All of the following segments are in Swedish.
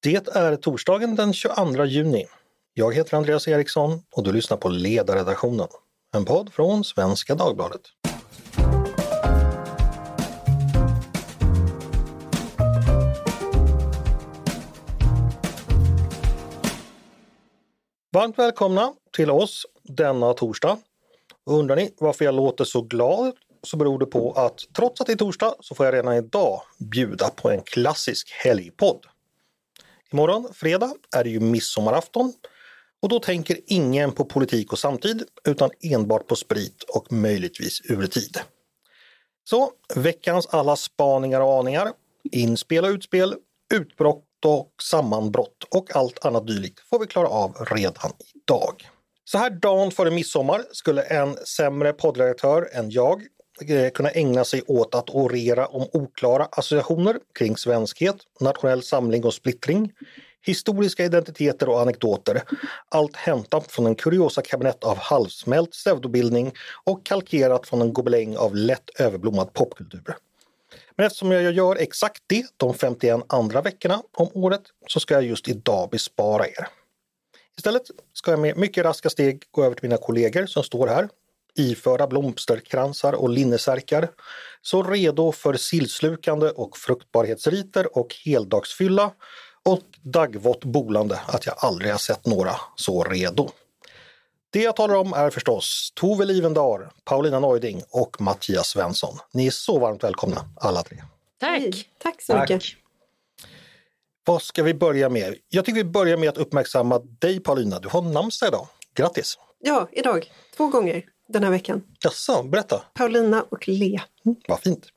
Det är torsdagen den 22 juni. Jag heter Andreas Eriksson och du lyssnar på Ledarredaktionen, en podd från Svenska Dagbladet. Varmt välkomna till oss denna torsdag. Och undrar ni varför jag låter så glad, så beror det på att trots att det är torsdag så får jag redan idag bjuda på en klassisk helgpodd. Imorgon, fredag, är det ju midsommarafton och då tänker ingen på politik och samtid utan enbart på sprit och möjligtvis urtid. Så veckans alla spaningar och aningar, inspel och utspel, utbrott och sammanbrott och allt annat dylikt får vi klara av redan idag. Så här dagen före midsommar skulle en sämre poddredaktör än jag kunna ägna sig åt att orera om oklara associationer kring svenskhet, nationell samling och splittring, historiska identiteter och anekdoter. Allt hämtat från en kuriosa kabinett av halvsmält pseudobildning och kalkerat från en gobeläng av lätt överblommad popkultur. Men eftersom jag gör exakt det de 51 andra veckorna om året så ska jag just idag bespara er. Istället ska jag med mycket raska steg gå över till mina kollegor som står här, iförda blomsterkransar och linnesärkar, så redo för sillslukande och fruktbarhetsriter och heldagsfylla och dagvått bolande att jag aldrig har sett några så redo. Det jag talar om är förstås Tove Livendal, Paulina Neuding och Mattias Svensson. Ni är så varmt välkomna alla tre. Tack! Tack så mycket. Vad ska vi börja med? Jag tycker vi börjar med att uppmärksamma dig, Paulina. Du har namnsdag idag. Grattis! Ja, idag. 2 gånger den här veckan. Jaså, berätta. Paulina och Lea. Vad fint.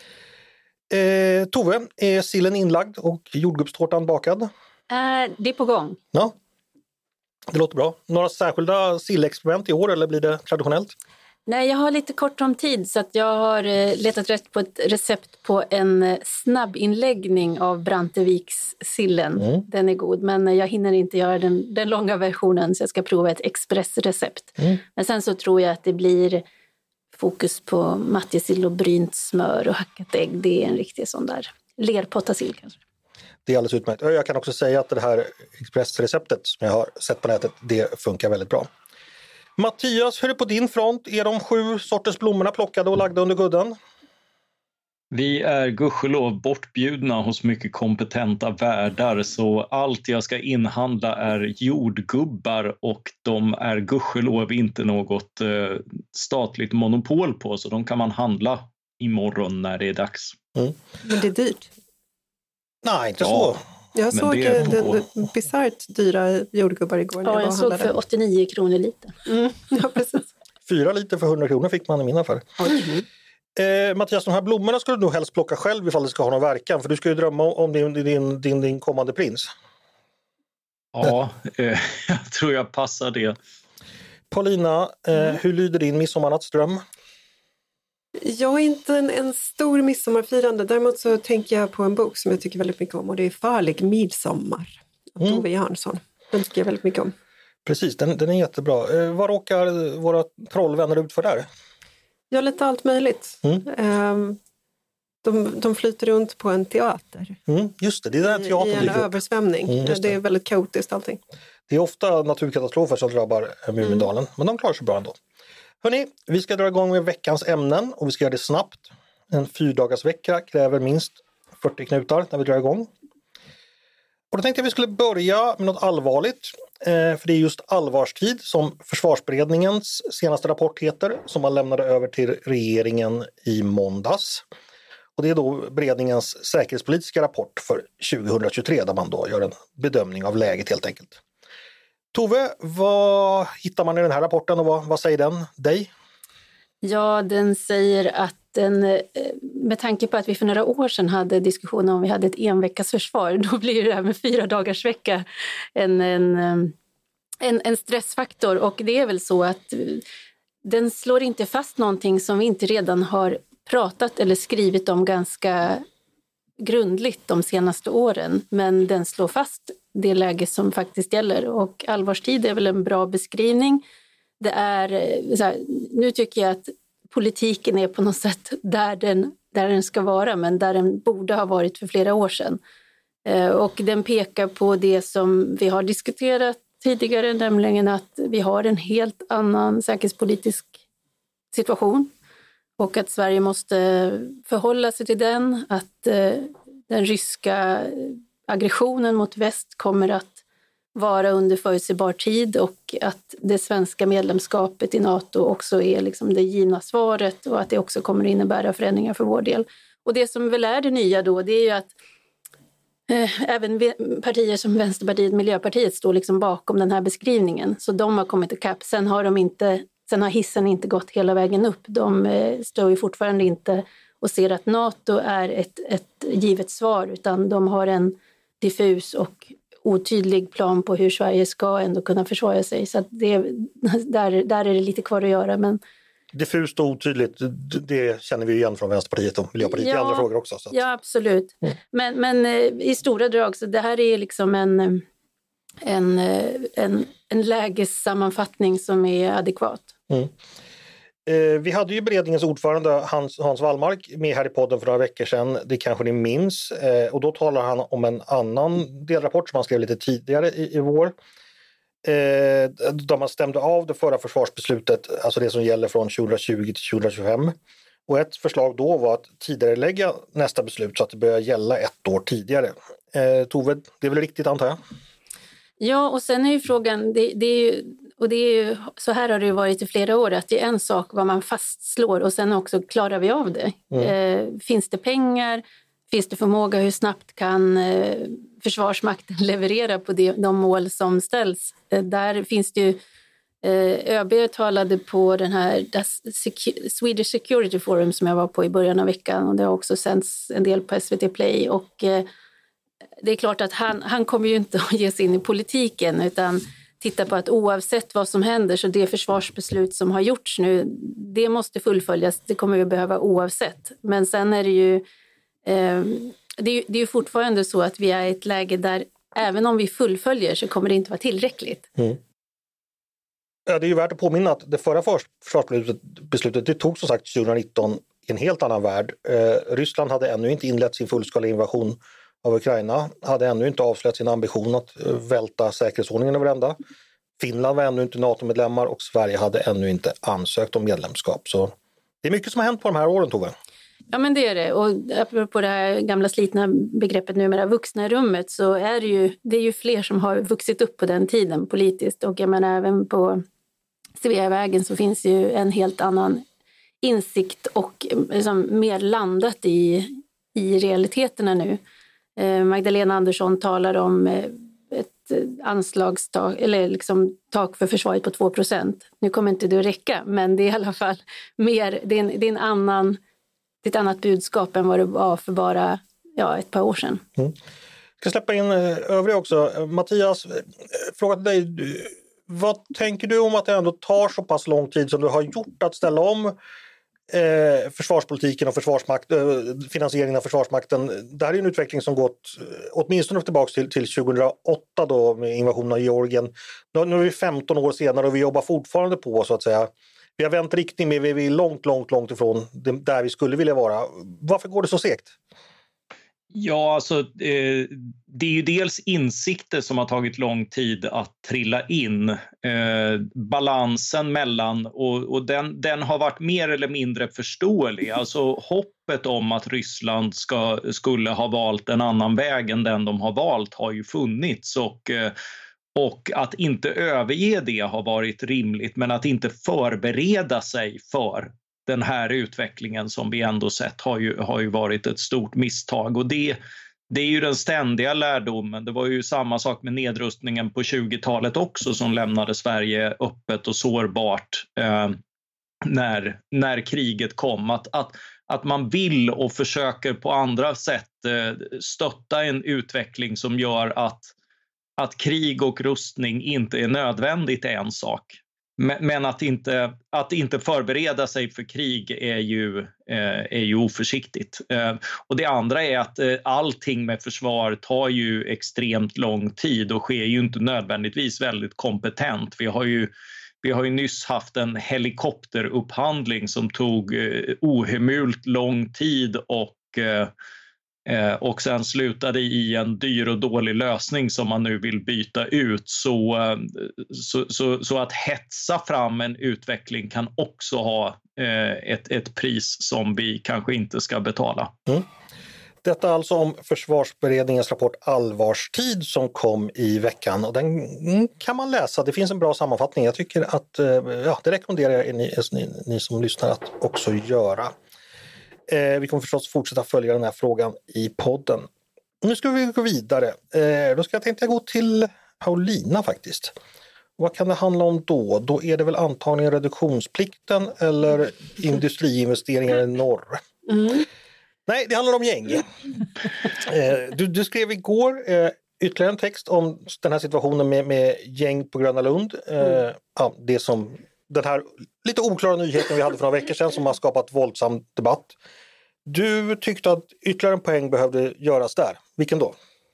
Tove, är sillen inlagd och jordgubbstårtan bakad? Det är på gång. Ja, det låter bra. Några särskilda sillexperiment i år eller blir det traditionellt? Nej, jag har lite kort om tid så att jag har letat rätt på ett recept på en snabbinläggning av Branteviks sillen. Den är god, men jag hinner inte göra den långa versionen så jag ska prova ett expressrecept. Men sen så tror jag att det blir fokus på matjessill och brynt smör och hackat ägg. Det är en riktig sån där lerpottasill kanske. Det är alldeles utmärkt. Jag kan också säga att det här expressreceptet som jag har sett på nätet, det funkar väldigt bra. Mattias, hur är det på din front? Är de 7 sorters blommorna plockade och lagda under kudden? Vi är gudskelov bortbjudna hos mycket kompetenta värdar så allt jag ska inhandla är jordgubbar och de är gudskelov inte något statligt monopol på så de kan man handla imorgon när det är dags. Men det är dyrt. Nej, inte så. Jag såg bisarrt dyra jordgubbar igår. Ja, jag såg för 89 kronor liter. Ja, precis. 4 liter för 100 kronor fick man i min affär. Mattias, de här blommorna skulle du nog helst plocka själv ifall det ska ha någon verkan. För du ska ju drömma om din kommande prins. Ja, jag tror jag passar det. Paulina, hur lyder din midsommarnattsdröm? Jag är inte en stor midsommarfirande. Däremot så tänker jag på en bok som jag tycker väldigt mycket om. Och det är Farlig midsommar av Tove Jansson. Den tycker jag väldigt mycket om. Precis, den är jättebra. Vad råkar våra trollvänner ut för där? Ja, lite allt möjligt. De flyter runt på en teater. Just det är där teatern i en översvämning. Det är väldigt kaotiskt allting. Det är ofta naturkatastrofer som drabbar Mumindalen, men de klarar sig bra ändå. Hörrni, vi ska dra igång med veckans ämnen och vi ska göra det snabbt. En 4-dagarsvecka kräver minst 40 knutar när vi drar igång. Och då tänkte jag att vi skulle börja med något allvarligt. För det är just allvarstid som Försvarsberedningens senaste rapport heter, som man lämnade över till regeringen i måndags. Och det är då beredningens säkerhetspolitiska rapport för 2023 där man då gör en bedömning av läget helt enkelt. Tove, vad hittar man i den här rapporten och vad säger den dig? Ja, den säger att med tanke på att vi för några år sedan hade diskussioner om vi hade ett enveckas försvar, då blir det här med 4-dagarsvecka en stressfaktor. Och det är väl så att den slår inte fast någonting som vi inte redan har pratat eller skrivit om ganska grundligt de senaste åren. Men den slår fast det läge som faktiskt gäller. Och allvarstid är väl en bra beskrivning. Det är, så här, nu tycker jag att politiken är på något sätt där den ska vara, men där den borde ha varit för flera år sedan. Och den pekar på det som vi har diskuterat tidigare, nämligen att vi har en helt annan säkerhetspolitisk situation och att Sverige måste förhålla sig till den, att den ryska aggressionen mot väst kommer att vara under förutsägbar tid och att det svenska medlemskapet i NATO också är liksom det givna svaret och att det också kommer att innebära förändringar för vår del. Och det som väl är det nya då, det är ju att även partier som Vänsterpartiet och Miljöpartiet står liksom bakom den här beskrivningen. Så de har kommit ikapp. Sen har hissen inte gått hela vägen upp. De står ju fortfarande inte och ser att NATO är ett givet svar, utan de har en diffus och otydlig plan på hur Sverige ska ändå kunna försvara sig. Så att där är det lite kvar att göra. Men diffust och otydligt, det känner vi igen från Vänsterpartiet och Miljöpartiet i andra frågor också. Så att. Ja, absolut. Men i stora drag, så det här är liksom en lägessammanfattning som är adekvat. Vi hade ju beredningens ordförande Hans Wallmark med här i podden för några veckor sedan, det kanske ni minns. Och då talar han om en annan delrapport som han skrev lite tidigare i vår. Där man stämde av det förra försvarsbeslutet, alltså det som gäller från 2020 till 2025. Och ett förslag då var att tidigarelägga nästa beslut så att det börjar gälla ett år tidigare. Tove, det är väl riktigt antar jag? Ja, och sen är ju frågan, så här har det ju varit i flera år, att det är en sak vad man fastslår och sen också klarar vi av det. Finns det pengar? Finns det förmåga? Hur snabbt kan Försvarsmakten leverera på de mål som ställs? Där finns det ju, ÖB talade på den här Swedish Security Forum som jag var på i början av veckan, och det har också sänds en del på SVT Play, och det är klart att han kommer ju inte att ge sig in i politiken, utan titta på att oavsett vad som händer så det försvarsbeslut som har gjorts nu, det måste fullföljas, det kommer vi behöva oavsett. Men sen är det ju det är ju fortfarande så att vi är i ett läge där även om vi fullföljer så kommer det inte vara tillräckligt. Ja, det är ju värt att påminna att det förra försvarsbeslutet det tog som sagt 2019 i en helt annan värld. Ryssland hade ännu inte inlett sin fullskaliga invasion av Ukraina, hade ännu inte avslöjat sin ambition att välta säkerhetsordningen över ända. Finland var ännu inte NATO-medlemmar och Sverige hade ännu inte ansökt om medlemskap. Så det är mycket som har hänt på de här åren, Tove. Ja, men det är det. Och apropå det här gamla slitna begreppet numera, vuxna i rummet, så är det är ju fler som har vuxit upp på den tiden politiskt. Och jag menar, även på Sveavägen så finns ju en helt annan insikt och liksom mer landat i realiteterna nu. Magdalena Andersson talar om ett anslagstak eller liksom tak för försvaret på 2%. Nu kommer inte det att räcka, men det är i alla fall mer, det är ett annat budskap än vad det var för bara ett par år sedan. Jag ska släppa in övriga också. Mattias, fråga till dig. Vad tänker du om att det ändå tar så pass lång tid som du har gjort att ställa om försvarspolitiken och finansieringen av Försvarsmakten? Det här är en utveckling som gått åtminstone tillbaka till 2008 då med invasionen av Georgien. Nu är vi 15 år senare och vi jobbar fortfarande på, så att säga. Vi har vänt riktning, men vi är långt ifrån där vi skulle vilja vara. Varför går det så segt? Ja, alltså det är ju dels insikter som har tagit lång tid att trilla in. Balansen mellan, och den har varit mer eller mindre förståelig. Alltså hoppet om att Ryssland skulle ha valt en annan väg än den de har valt har ju funnits, och att inte överge det har varit rimligt, men att inte förbereda sig för den här utvecklingen som vi ändå sett har ju varit ett stort misstag. Och det är ju den ständiga lärdomen. Det var ju samma sak med nedrustningen på 20-talet också, som lämnade Sverige öppet och sårbart när kriget kom. Att man vill och försöker på andra sätt stötta en utveckling som gör att krig och rustning inte är nödvändigt är en sak. Men att inte förbereda sig för krig är ju oförsiktigt. Och det andra är att allting med försvar tar ju extremt lång tid och sker ju inte nödvändigtvis väldigt kompetent. Vi har ju nyss haft en helikopterupphandling som tog ohemult lång tid och och sen slutade i en dyr och dålig lösning som man nu vill byta ut, så att hetsa fram en utveckling kan också ha ett pris som vi kanske inte ska betala. Detta alltså om Försvarsberedningens rapport Allvarstid som kom i veckan, och den kan man läsa. Det finns en bra sammanfattning. Jag tycker att det rekommenderar jag ni som lyssnar att också göra. Vi kommer förstås fortsätta följa den här frågan i podden. Nu ska vi gå vidare. Då tänkte jag gå till Paulina faktiskt. Vad kan det handla om då? Då är det väl antagligen reduktionsplikten eller industriinvesteringar i norr. Nej, det handlar om gäng. Du skrev igår ytterligare en text om den här situationen med gäng på Gröna Lund. Det som den här lite oklara nyheten vi hade för några veckor sedan som har skapat våldsam debatt. Du tyckte att ytterligare en poäng behövde göras där. Vilken då?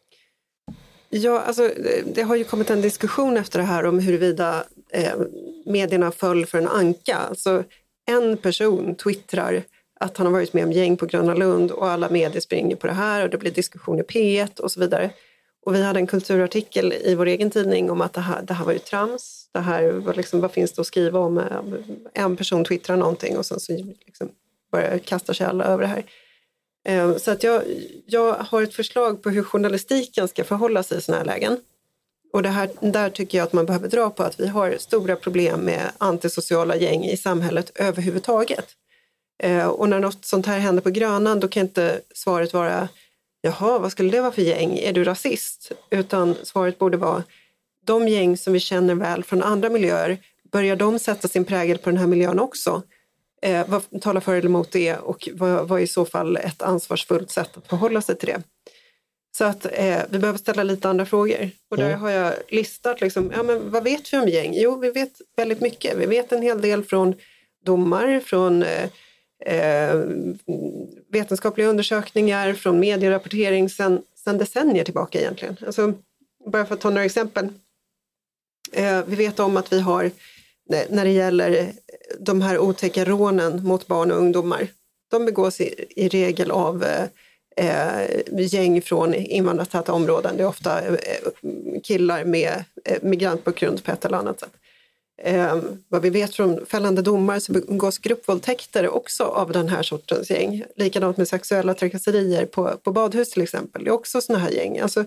Ja, alltså det har ju kommit en diskussion efter det här om huruvida medierna föll för en anka. Alltså en person twittrar att han har varit med om gäng på Gröna Lund och alla medier springer på det här och det blir diskussion i P1 och så vidare. Och vi hade en kulturartikel i vår egen tidning om att det här var ju trams. Det här var liksom, vad finns det att skriva om? En person twittrar någonting och sen så liksom börjar kasta sig alla över det här. Så att jag har ett förslag på hur journalistiken ska förhålla sig i såna här lägen. Och där tycker jag att man behöver dra på att vi har stora problem med antisociala gäng i samhället överhuvudtaget. Och när något sånt här händer på Grönan, då kan inte svaret vara jaha, vad skulle det vara för gäng? Är du rasist? Utan svaret borde vara de gäng som vi känner väl från andra miljöer, börjar de sätta sin prägel på den här miljön också? Vad talar för eller emot det och vad är i så fall ett ansvarsfullt sätt att förhålla sig till det? Så att vi behöver ställa lite andra frågor. Och där har jag listat liksom, men vad vet vi om gäng? Jo, vi vet väldigt mycket. Vi vet en hel del från domar, från vetenskapliga undersökningar, från medierapportering sedan decennier tillbaka egentligen. Alltså, bara för att ta några exempel. Vi vet om att vi har, när det gäller de här otäcka rånen mot barn och ungdomar, de begås i regel av gäng från invandrartäta områden. Det är ofta killar med migrantbakgrund på ett eller annat sätt. Vad vi vet från fällande domar så begås gruppvåldtäkter också av den här sortens gäng. Likadant med sexuella trakasserier på badhus till exempel. Det är också såna här gäng. Alltså,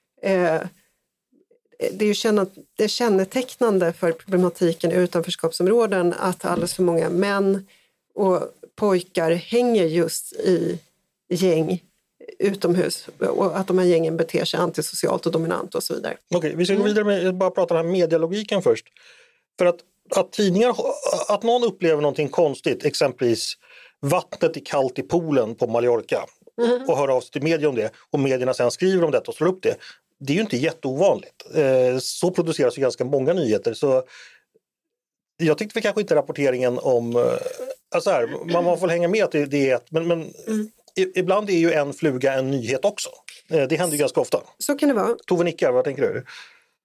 det är kännetecknande för problematiken i utanförskapsområden att alldeles för många män och pojkar hänger just i gäng utomhus och att de här gängen beter sig antisocialt och dominant och så vidare. Okej, vi ska gå vidare med bara prata om den här medialogiken först. För att tidningar, att någon upplever någonting konstigt, exempelvis vattnet är kallt i poolen på Mallorca och hör av sig till media om det och medierna sen skriver om det och slår upp det. Det är ju inte jätteovanligt. Så produceras ju ganska många nyheter. Så jag tyckte vi kanske inte rapporteringen om... Alltså här, man får hänga med att det är ett... Men ibland är ju en fluga en nyhet också. Det händer ju ganska ofta. Så kan det vara. Tove nickar, vad tänker du?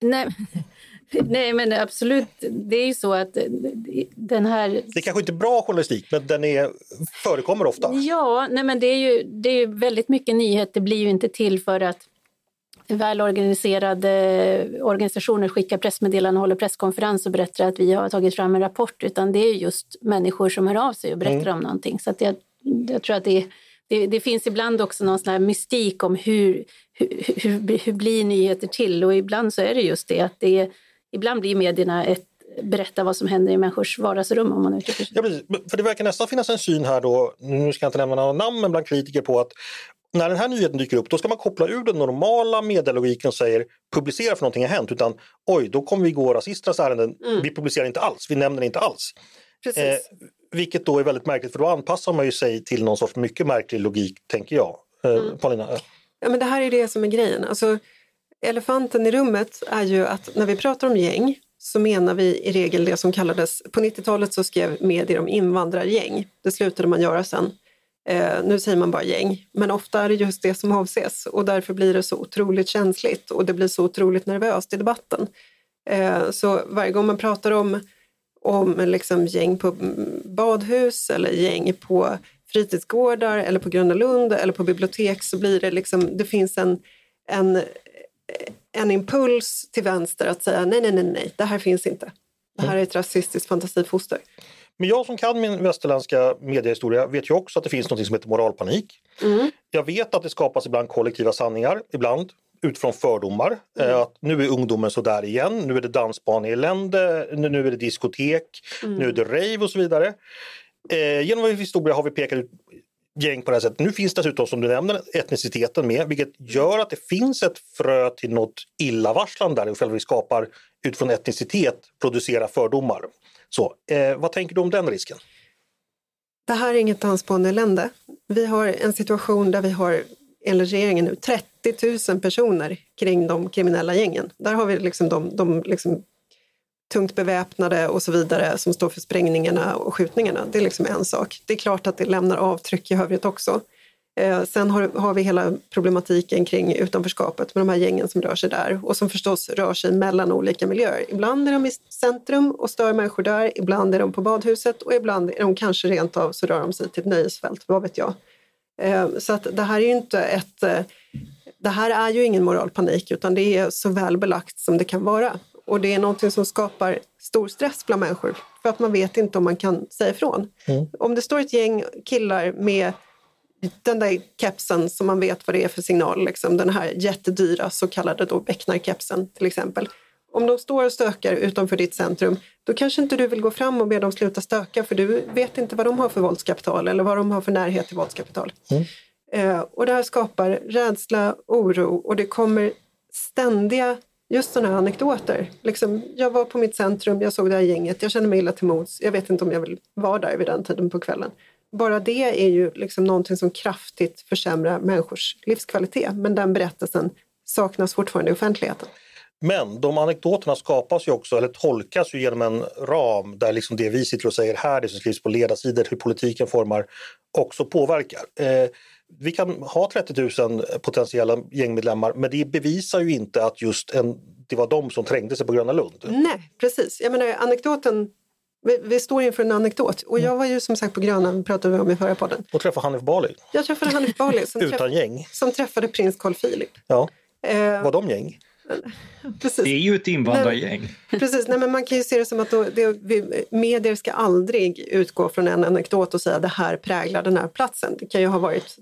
Nej, men absolut. Det är ju så att den här... Det är kanske inte bra journalistik, men den förekommer ofta. Ja, nej, men det är ju väldigt mycket nyhet. Det blir ju inte till för att välorganiserade organisationer skickar pressmeddelanden och håller presskonferens och berättar att vi har tagit fram en rapport, utan det är just människor som hör av sig och berättar om någonting. Så att jag tror att det finns ibland också någon sån här mystik om hur blir nyheter till, och ibland så är det just det att ibland blir medierna berätta vad som händer i människors vardagsrum, om man uttrycker sig. Ja, precis. För det verkar nästan finnas en syn här då, nu ska jag inte nämna några namn, men bland kritiker på att när den här nyheten dyker upp, då ska man koppla ur den normala medialogiken och säger publicera för någonting har hänt, utan oj, då kommer vi gå rasisternas ärenden, vi publicerar inte alls, vi nämner inte alls. Precis. Vilket då är väldigt märkligt, för då anpassar man ju sig till någon sorts mycket märklig logik, tänker jag. Paulina? Ja, men det här är det som är grejen. Alltså, elefanten i rummet är ju att när vi pratar om gäng så menar vi i regel det som kallades, på 90-talet så skrev medier om invandrargäng. Det slutade man göra sen. Nu säger man bara gäng, men ofta är det just det som avses och därför blir det så otroligt känsligt och det blir så otroligt nervöst i debatten. Så varje gång man pratar om liksom gäng på badhus eller gäng på fritidsgårdar eller på Gröna Lund eller på bibliotek så blir det liksom, det finns en impuls till vänster att säga nej, det här finns inte. Det här är ett rasistiskt fantasifoster. Men jag som kan min västerländska mediehistoria vet ju också att det finns något som heter moralpanik. Jag vet att det skapas ibland kollektiva sanningar, ibland utifrån fördomar. Att nu är ungdomen så där igen, nu är det dansbaneelände, nu är det diskotek, nu är det rave och så vidare. Genom vår historia har vi pekat ut gäng på det här sättet. Nu finns dessutom, som du nämner, etniciteten med, vilket gör att det finns ett frö till något illavarslande där själva vi skapar utifrån etnicitet producera fördomar. Så, vad tänker du om den risken? Det här är inget dansbaneelände. Vi har en situation där vi har, enligt regeringen nu, 30 000 personer kring de kriminella gängen. Där har vi liksom de liksom tungt beväpnade och så vidare som står för sprängningarna och skjutningarna. Det är liksom en sak. Det är klart att det lämnar avtryck i övrigt också. Sen har vi hela problematiken kring utanförskapet med de här gängen som rör sig där och som förstås rör sig mellan olika miljöer. Ibland är de i centrum och stör människor där, ibland är de på badhuset och ibland är de kanske rent av så rör de sig till ett nöjesfält, vad vet jag. Så att det här är ju inte det här är ju ingen moralpanik utan det är så väl belagt som det kan vara. Och det är någonting som skapar stor stress bland människor för att man vet inte om man kan säga ifrån. Om det står ett gäng killar med den där kepsen som man vet vad det är för signal, liksom, den här jättedyra så kallade då Becknar-kepsen till exempel. Om de står och stökar utanför ditt centrum, då kanske inte du vill gå fram och be dem sluta stöka för du vet inte vad de har för våldskapital eller vad de har för närhet till våldskapital. Och det här skapar rädsla, oro och det kommer ständiga just sådana här anekdoter. Liksom, jag var på mitt centrum, jag såg det här gänget, jag känner mig illa till mods, jag vet inte om jag vill vara där vid den tiden på kvällen. Bara det är ju liksom någonting som kraftigt försämrar människors livskvalitet. Men den berättelsen saknas fortfarande i offentligheten. Men de anekdoterna skapas ju också, eller tolkas ju genom en ram där liksom det vi sitter och säger här, det som skrivs på ledarsidor, hur politiken formar, också påverkar. Vi kan ha 30 000 potentiella gängmedlemmar, men det bevisar ju inte att just det var de som trängde sig på Gröna Lund. Nej, precis. Jag menar, anekdoten, vi står inför en anekdot. Och jag var ju som sagt på Gröna, pratade vi om i förra podden. Och träffade Hanif Bali. Jag träffade Hanif Bali. Utan gäng. Som träffade prins Carl Philip. Ja, var de gäng? Precis. Det är ju ett invandrargäng. Precis, nej, men man kan ju se det som att medier ska aldrig utgå från en anekdot och säga att det här präglar den här platsen. Det kan ju ha varit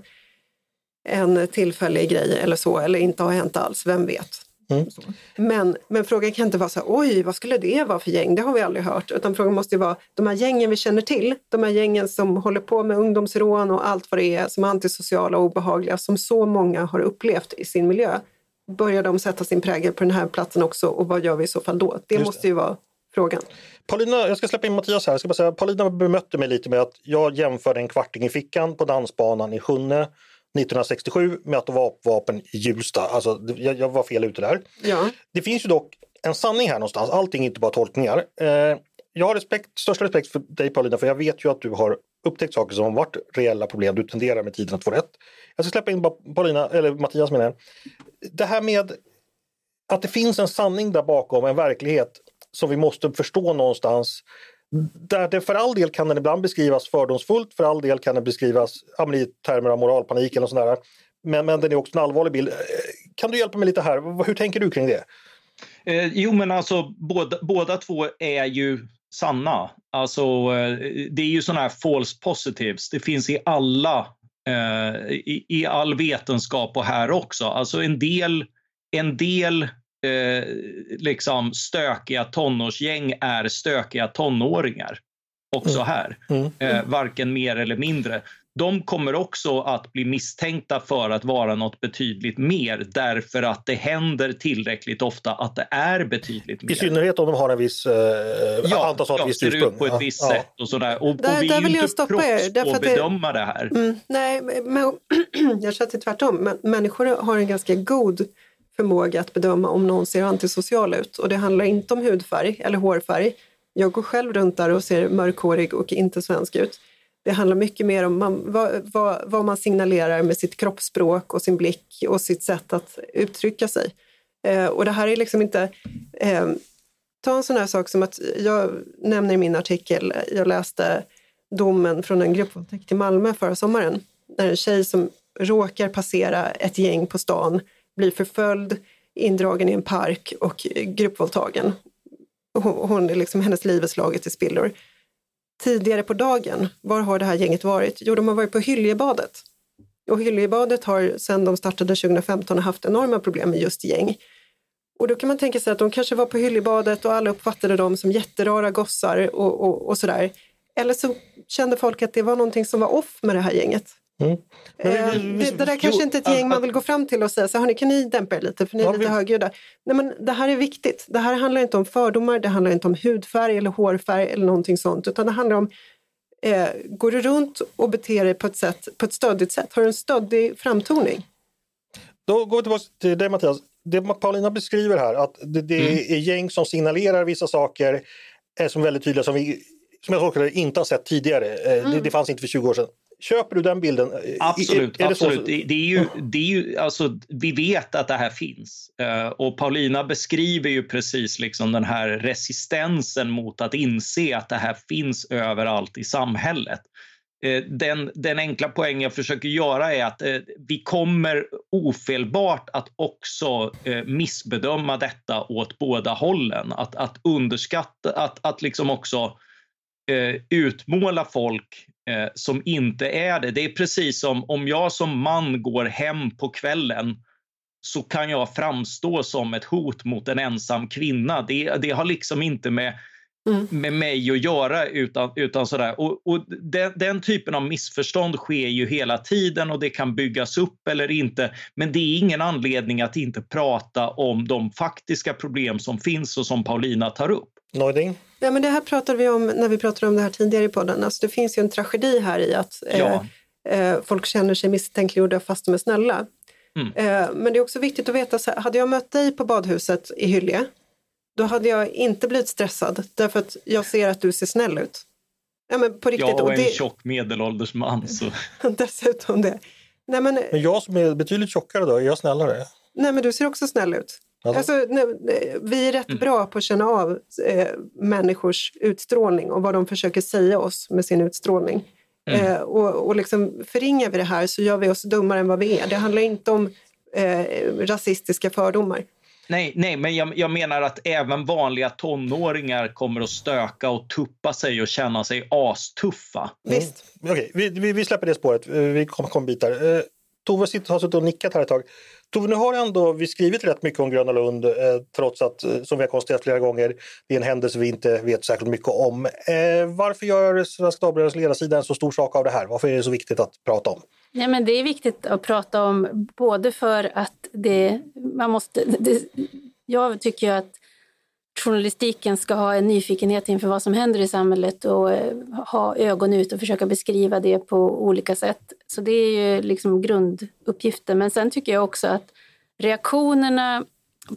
en tillfällig grej eller så, eller inte ha hänt alls, vem vet. Men frågan kan inte vara så här, oj, vad skulle det vara för gäng? Det har vi aldrig hört. Utan frågan måste ju vara, de här gängen vi känner till, de här gängen som håller på med ungdomsrån och allt vad det är, som är antisociala och obehagliga, som så många har upplevt i sin miljö. Börjar de sätta sin prägel på den här platsen också och vad gör vi i så fall då? Det måste ju vara frågan. Paulina, jag ska släppa in Mattias här. Jag ska bara säga, Paulina bemötte mig lite med att jag jämförde en kvarting i fickan på dansbanan i Sjunne 1967 med att det var vapen i Hjulsta. Alltså, jag var fel ute där. Ja. Det finns ju dock en sanning här någonstans. Allting är inte bara tolkningar. Jag har största respekt för dig, Paulina, för jag vet ju att du har upptäckt saker som har varit reella problem. Du tenderar med tiden att få rätt. Jag ska släppa in Paulina, eller Mattias menar jag. Det här med att det finns en sanning där bakom, en verklighet som vi måste förstå någonstans. Där det för all del kan den ibland beskrivas fördomsfullt, för all del kan den beskrivas i termer av moralpanik eller sådär. Men den är också en allvarlig bild. Kan du hjälpa mig lite här? Hur tänker du kring det? Jo, men alltså båda två är ju sanna. Alltså det är ju sådana här false positives. Det finns i alla i all vetenskap och här också. Alltså en del liksom stökiga tonårsgäng är stökiga tonåringar också här. Varken mer eller mindre. De kommer också att bli misstänkta för att vara något betydligt mer därför att det händer tillräckligt ofta att det är betydligt mer. I synnerhet om de har en viss antas ha ett visst ursprung. Ser ut på ett visst sätt och sådär. Och vi är ju inte proffs på att bedöma det här. Nej, men jag tror att det är tvärtom. Men människor har en ganska god förmåga att bedöma om någon ser antisocial ut. Och det handlar inte om hudfärg eller hårfärg. Jag går själv runt där och ser mörkhårig och inte svensk ut. Det handlar mycket mer om vad man signalerar med sitt kroppsspråk och sin blick och sitt sätt att uttrycka sig. Och det här är liksom inte... Ta en sån här sak som att jag nämner i min artikel, jag läste domen från en gruppvåldtäkt i Malmö förra sommaren. När en tjej som råkar passera ett gäng på stan blir förföljd, indragen i en park och gruppvåldtagen. Hon är liksom, hennes liv är slaget i spillror. Tidigare på dagen, var har det här gänget varit? Jo, de har varit på Hyljebadet. Och Hyljebadet har sedan de startade 2015 haft enorma problem med just gäng. Och då kan man tänka sig att de kanske var på Hyljebadet och alla uppfattade dem som jätterara gossar och sådär. Eller så kände folk att det var någonting som var off med det här gänget. Det där kanske inte är ett gäng man vill gå fram till och säga så hörni, kan ni dämpa er lite för ni är lite högljudda. Nej, men det här är viktigt. Det här handlar inte om fördomar, det handlar inte om hudfärg eller hårfärg eller någonting sånt, utan det handlar om går du runt och beter dig på ett stödigt sätt? Har du en stödig framtoning? Då går vi tillbaka till det, Mattias. Det Paulina beskriver här, att det är gäng som signalerar vissa saker som är väldigt tydliga, som jag tolkar det inte har sett tidigare. Det fanns inte för 20 år sedan. Köper du den bilden? Absolut, absolut. Det är ju, alltså, vi vet att det här finns. Och Paulina beskriver ju precis liksom den här resistensen mot att inse att det här finns överallt i samhället. Den enkla poäng jag försöker göra är att vi kommer ofelbart att också missbedöma detta åt båda hållen. Att underskatta, att liksom också utmåla folk som inte är det. Det är precis som om jag som man går hem på kvällen, så kan jag framstå som ett hot mot en ensam kvinna. Det har liksom inte med mig att göra utan sådär. Och den typen av missförstånd sker ju hela tiden, och det kan byggas upp eller inte. Men det är ingen anledning att inte prata om de faktiska problem som finns och som Paulina tar upp. Någonting? Ja, men det här pratade vi om när vi pratade om det här tidigare i podden. Alltså, det finns ju en tragedi här i att folk känner sig misstänkliggjorda fast de är snälla. Men det är också viktigt att veta, så här, hade jag mött dig på badhuset i Hyllie, då hade jag inte blivit stressad, därför att jag ser att du ser snäll ut. Ja, men på riktigt. Jag och en tjock medelålders man. Så. Dessutom det. Nej, men jag som är betydligt tjockare då, är jag snällare? Nej, men du ser också snäll ut. Alltså, vi är rätt bra på att känna av människors utstrålning och vad de försöker säga oss med sin utstrålning. Och liksom förringar vi det här, så gör vi oss dummare än vad vi är. Det handlar inte om rasistiska fördomar. Nej, men jag menar att även vanliga tonåringar kommer att stöka och tuppa sig och känna sig astuffa. Visst. Okej, vi släpper det spåret. Vi kommer bitar. Tove har suttit och nickat här ett tag. Tove, nu har ändå vi skrivit rätt mycket om Gröna Lund, trots att, som vi har konstaterat flera gånger, det är en händelse vi inte vet särskilt mycket om. Varför gör Svenska Dagbladets ledarsida en så stor sak av det här? Varför är det så viktigt att prata om? Nej, men det är viktigt att prata om, både för att jag tycker att journalistiken ska ha en nyfikenhet inför vad som händer i samhället och ha ögon ut och försöka beskriva det på olika sätt. Så det är ju liksom grunduppgiften. Men sen tycker jag också att reaktionerna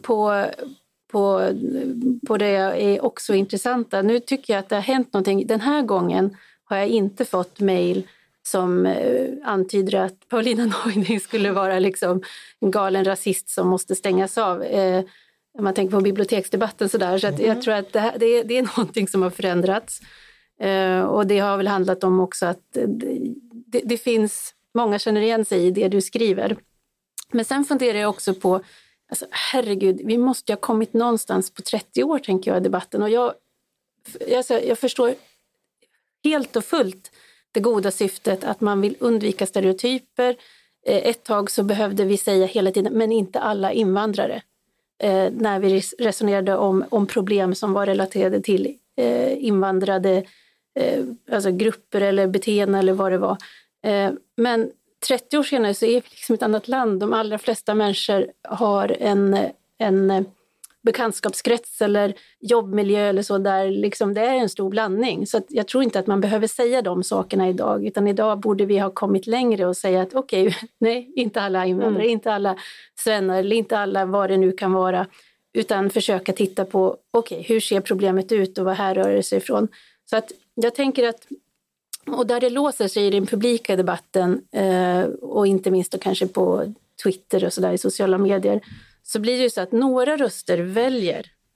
på det är också intressanta. Nu tycker jag att det har hänt någonting. Den här gången har jag inte fått mejl som antyder att Paulina Neuding skulle vara liksom en galen rasist som måste stängas av. Om man tänker på biblioteksdebatten sådär. Så att jag tror att det är någonting som har förändrats. Och det har väl handlat om också att det finns, många känner igen sig i det du skriver. Men sen funderar jag också på, alltså, herregud, vi måste ha kommit någonstans på 30 år, tänker jag, i debatten. Och jag förstår helt och fullt det goda syftet att man vill undvika stereotyper. Ett tag så behövde vi säga hela tiden, men inte alla invandrare. När vi resonerade om problem som var relaterade till invandrade alltså grupper eller beteenden eller vad det var. Men 30 år senare så är vi liksom ett annat land. De allra flesta människor har en bekantskapskrets eller jobbmiljö eller så där liksom det är en stor blandning. Så att jag tror inte att man behöver säga de sakerna idag, utan idag borde vi ha kommit längre och säga att okej, nej, inte alla invandrare, inte alla svennar eller inte alla vad det nu kan vara, utan försöka titta på okej, hur ser problemet ut och vad här rör det sig ifrån. Så att jag tänker att, och där det låser sig i den publika debatten och inte minst då kanske på Twitter och sådär i sociala medier, så blir det ju så att några röster väljer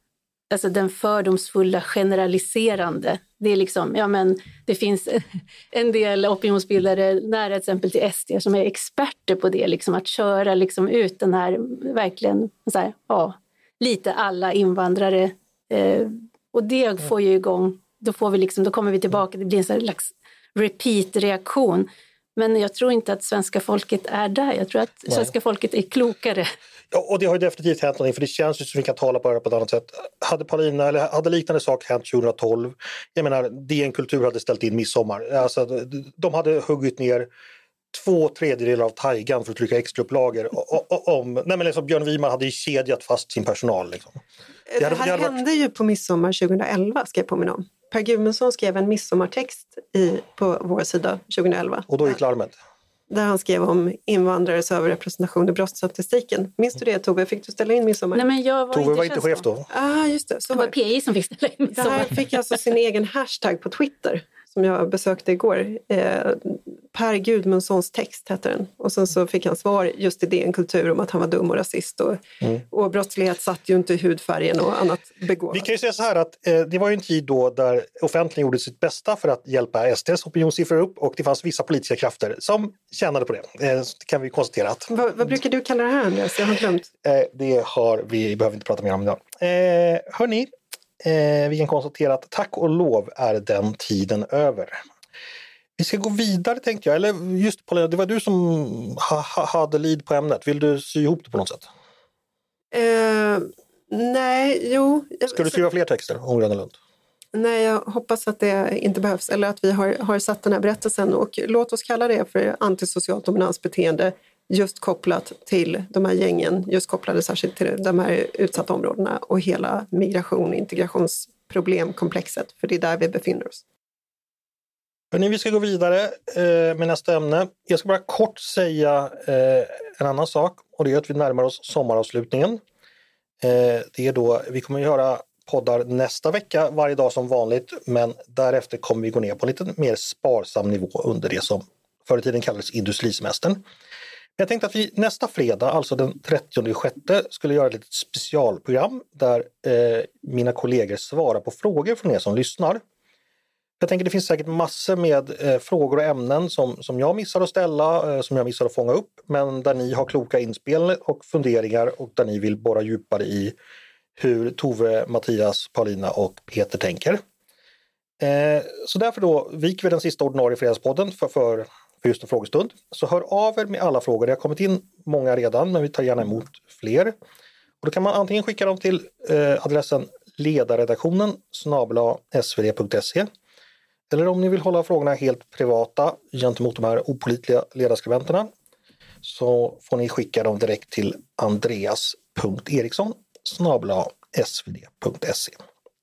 alltså den fördomsfulla generaliserande. Det är liksom, ja men det finns en del opinionsbildare nära till exempel till SD som är experter på det, liksom att köra liksom ut den här verkligen så här, ja, lite alla invandrare och det får ju igång, då får vi liksom, då kommer vi tillbaka, det blir en slags repeat-reaktion. Men jag tror inte att svenska folket är där. Jag tror att svenska folket är klokare. Ja, och det har ju definitivt hänt någonting, för det känns ju som vi kan tala på det på ett annat sätt. Hade Paulina, eller hade liknande sak hänt 2012, jag menar, DN Kultur hade ställt in midsommar. Alltså, de hade huggit ner 2/3 av taigan för att trycka extra upplagor nej men liksom Björn Wiman hade ju kedjat fast sin personal liksom. Det här hände ju på midsommar 2011, ska jag påminna om. Per Gudmundsson skrev en midsommartext på vår sida 2011. Och då gick larmet. Där han skrev om invandrares överrepresentation i brottsstatistiken. Minns du det, Tove? Fick du ställa in midsommar? Nej, men jag var Tove var inte chef då. Just det. Så det var PI som fick ställa in midsommar. Det här fick alltså sin egen hashtag på Twitter som jag besökte igår. Per Gudmundssons text heter den. Och sen så fick han svar just i DN Kultur om att han var dum och rasist. Och brottslighet satt ju inte i hudfärgen och annat begåvat. Vi kan ju säga så här att det var ju en tid då där offentligen gjorde sitt bästa för att hjälpa SDs opinionssiffror upp, och det fanns vissa politiska krafter som tjänade på det. Det kan vi konstatera. Att, vad brukar du kalla det här, Andreas? Jag har glömt. Det har vi behöver inte prata mer om idag. Hörni, vi kan konstatera att tack och lov är den tiden över. Vi ska gå vidare, tänkte jag. Eller just Paulina, det var du som hade lead på ämnet. Vill du sy ihop det på något sätt? Nej, jo. Ska du skriva fler texter om Gröna Lund? Nej, jag hoppas att det inte behövs. Eller att vi har satt den här berättelsen. Och låt oss kalla det för antisocialt dominansbeteende. Just kopplat till de här gängen. Just kopplade särskilt till de här utsatta områdena. Och hela migration- och integrationsproblemkomplexet. För det är där vi befinner oss. Hörrni, vi ska gå vidare med nästa ämne. Jag ska bara kort säga en annan sak. Och det är att vi närmar oss sommaravslutningen. Det är då vi kommer att göra poddar nästa vecka varje dag som vanligt. Men därefter kommer vi gå ner på en lite mer sparsam nivå under det som förr i tiden kallades industrisemestern. Jag tänkte att vi nästa fredag, alltså den 30/6, skulle göra ett litet specialprogram där mina kollegor svarar på frågor från er som lyssnar. Jag tänker det finns säkert massor med frågor och ämnen som jag missar att ställa, som jag missar att fånga upp, men där ni har kloka inspel och funderingar och där ni vill borra djupare i hur Tove, Mattias, Paulina och Peter tänker. Så därför då viker vi den sista ordinarie fredagspodden för just en frågestund. Så hör av er med alla frågor. Det har kommit in många redan, men vi tar gärna emot fler. Och då kan man antingen skicka dem till adressen ledarredaktionen@svd.se. Eller om ni vill hålla frågorna helt privata gentemot de här opålitliga ledarskribenterna, så får ni skicka dem direkt till andreas.eriksson@svd.se.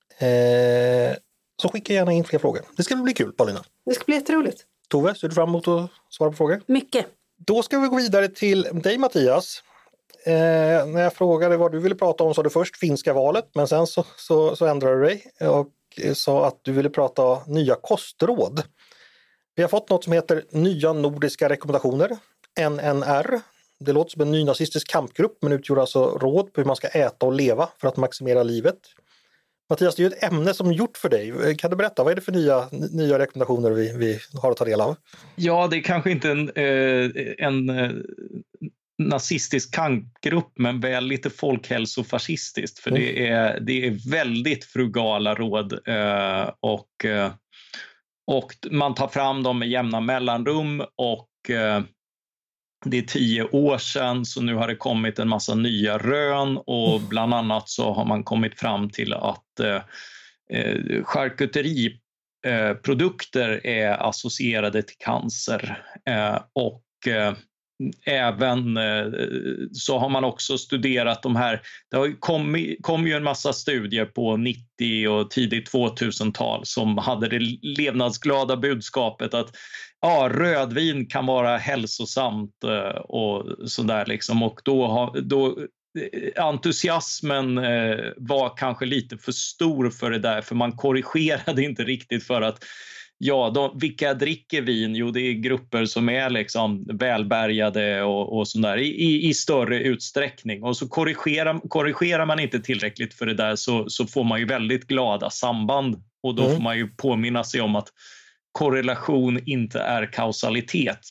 Så skicka gärna in fler frågor. Det ska bli kul, Paulina. Det ska bli jätteroligt. Tove, ser du fram emot att svara på frågor? Mycket. Då ska vi gå vidare till dig, Mattias. När jag frågade vad du ville prata om så du först finska valet, men sen så ändrade du dig och sa att du ville prata nya kostråd. Vi har fått något som heter Nya Nordiska Rekommendationer, NNR. Det låter som en nynazistisk kampgrupp, men utgör alltså råd på hur man ska äta och leva för att maximera livet. Mattias, det är ju ett ämne som är gjort för dig. Kan du berätta, vad är det för nya rekommendationer vi har att ta del av? Ja, det är kanske inte en nazistisk kampgrupp, men väl lite folkhälsofascistiskt. För det är väldigt frugala råd och man tar fram dem med jämna mellanrum och det är 10 år sedan, så nu har det kommit en massa nya rön och bland annat så har man kommit fram till att charkuteriprodukter är associerade till cancer och även så har man också studerat de här, det har kom ju en massa studier på 90 och tidigt 2000-tal som hade det levnadsglada budskapet att rödvin kan vara hälsosamt och sådär liksom, och då entusiasmen var kanske lite för stor för det där, för man korrigerade inte riktigt för att vilka dricker vin? Jo, det är grupper som är liksom välbärgade och sådär i större utsträckning. Och så korrigerar man inte tillräckligt för det där så får man ju väldigt glada samband. Och då får man ju påminna sig om att korrelation inte är kausalitet.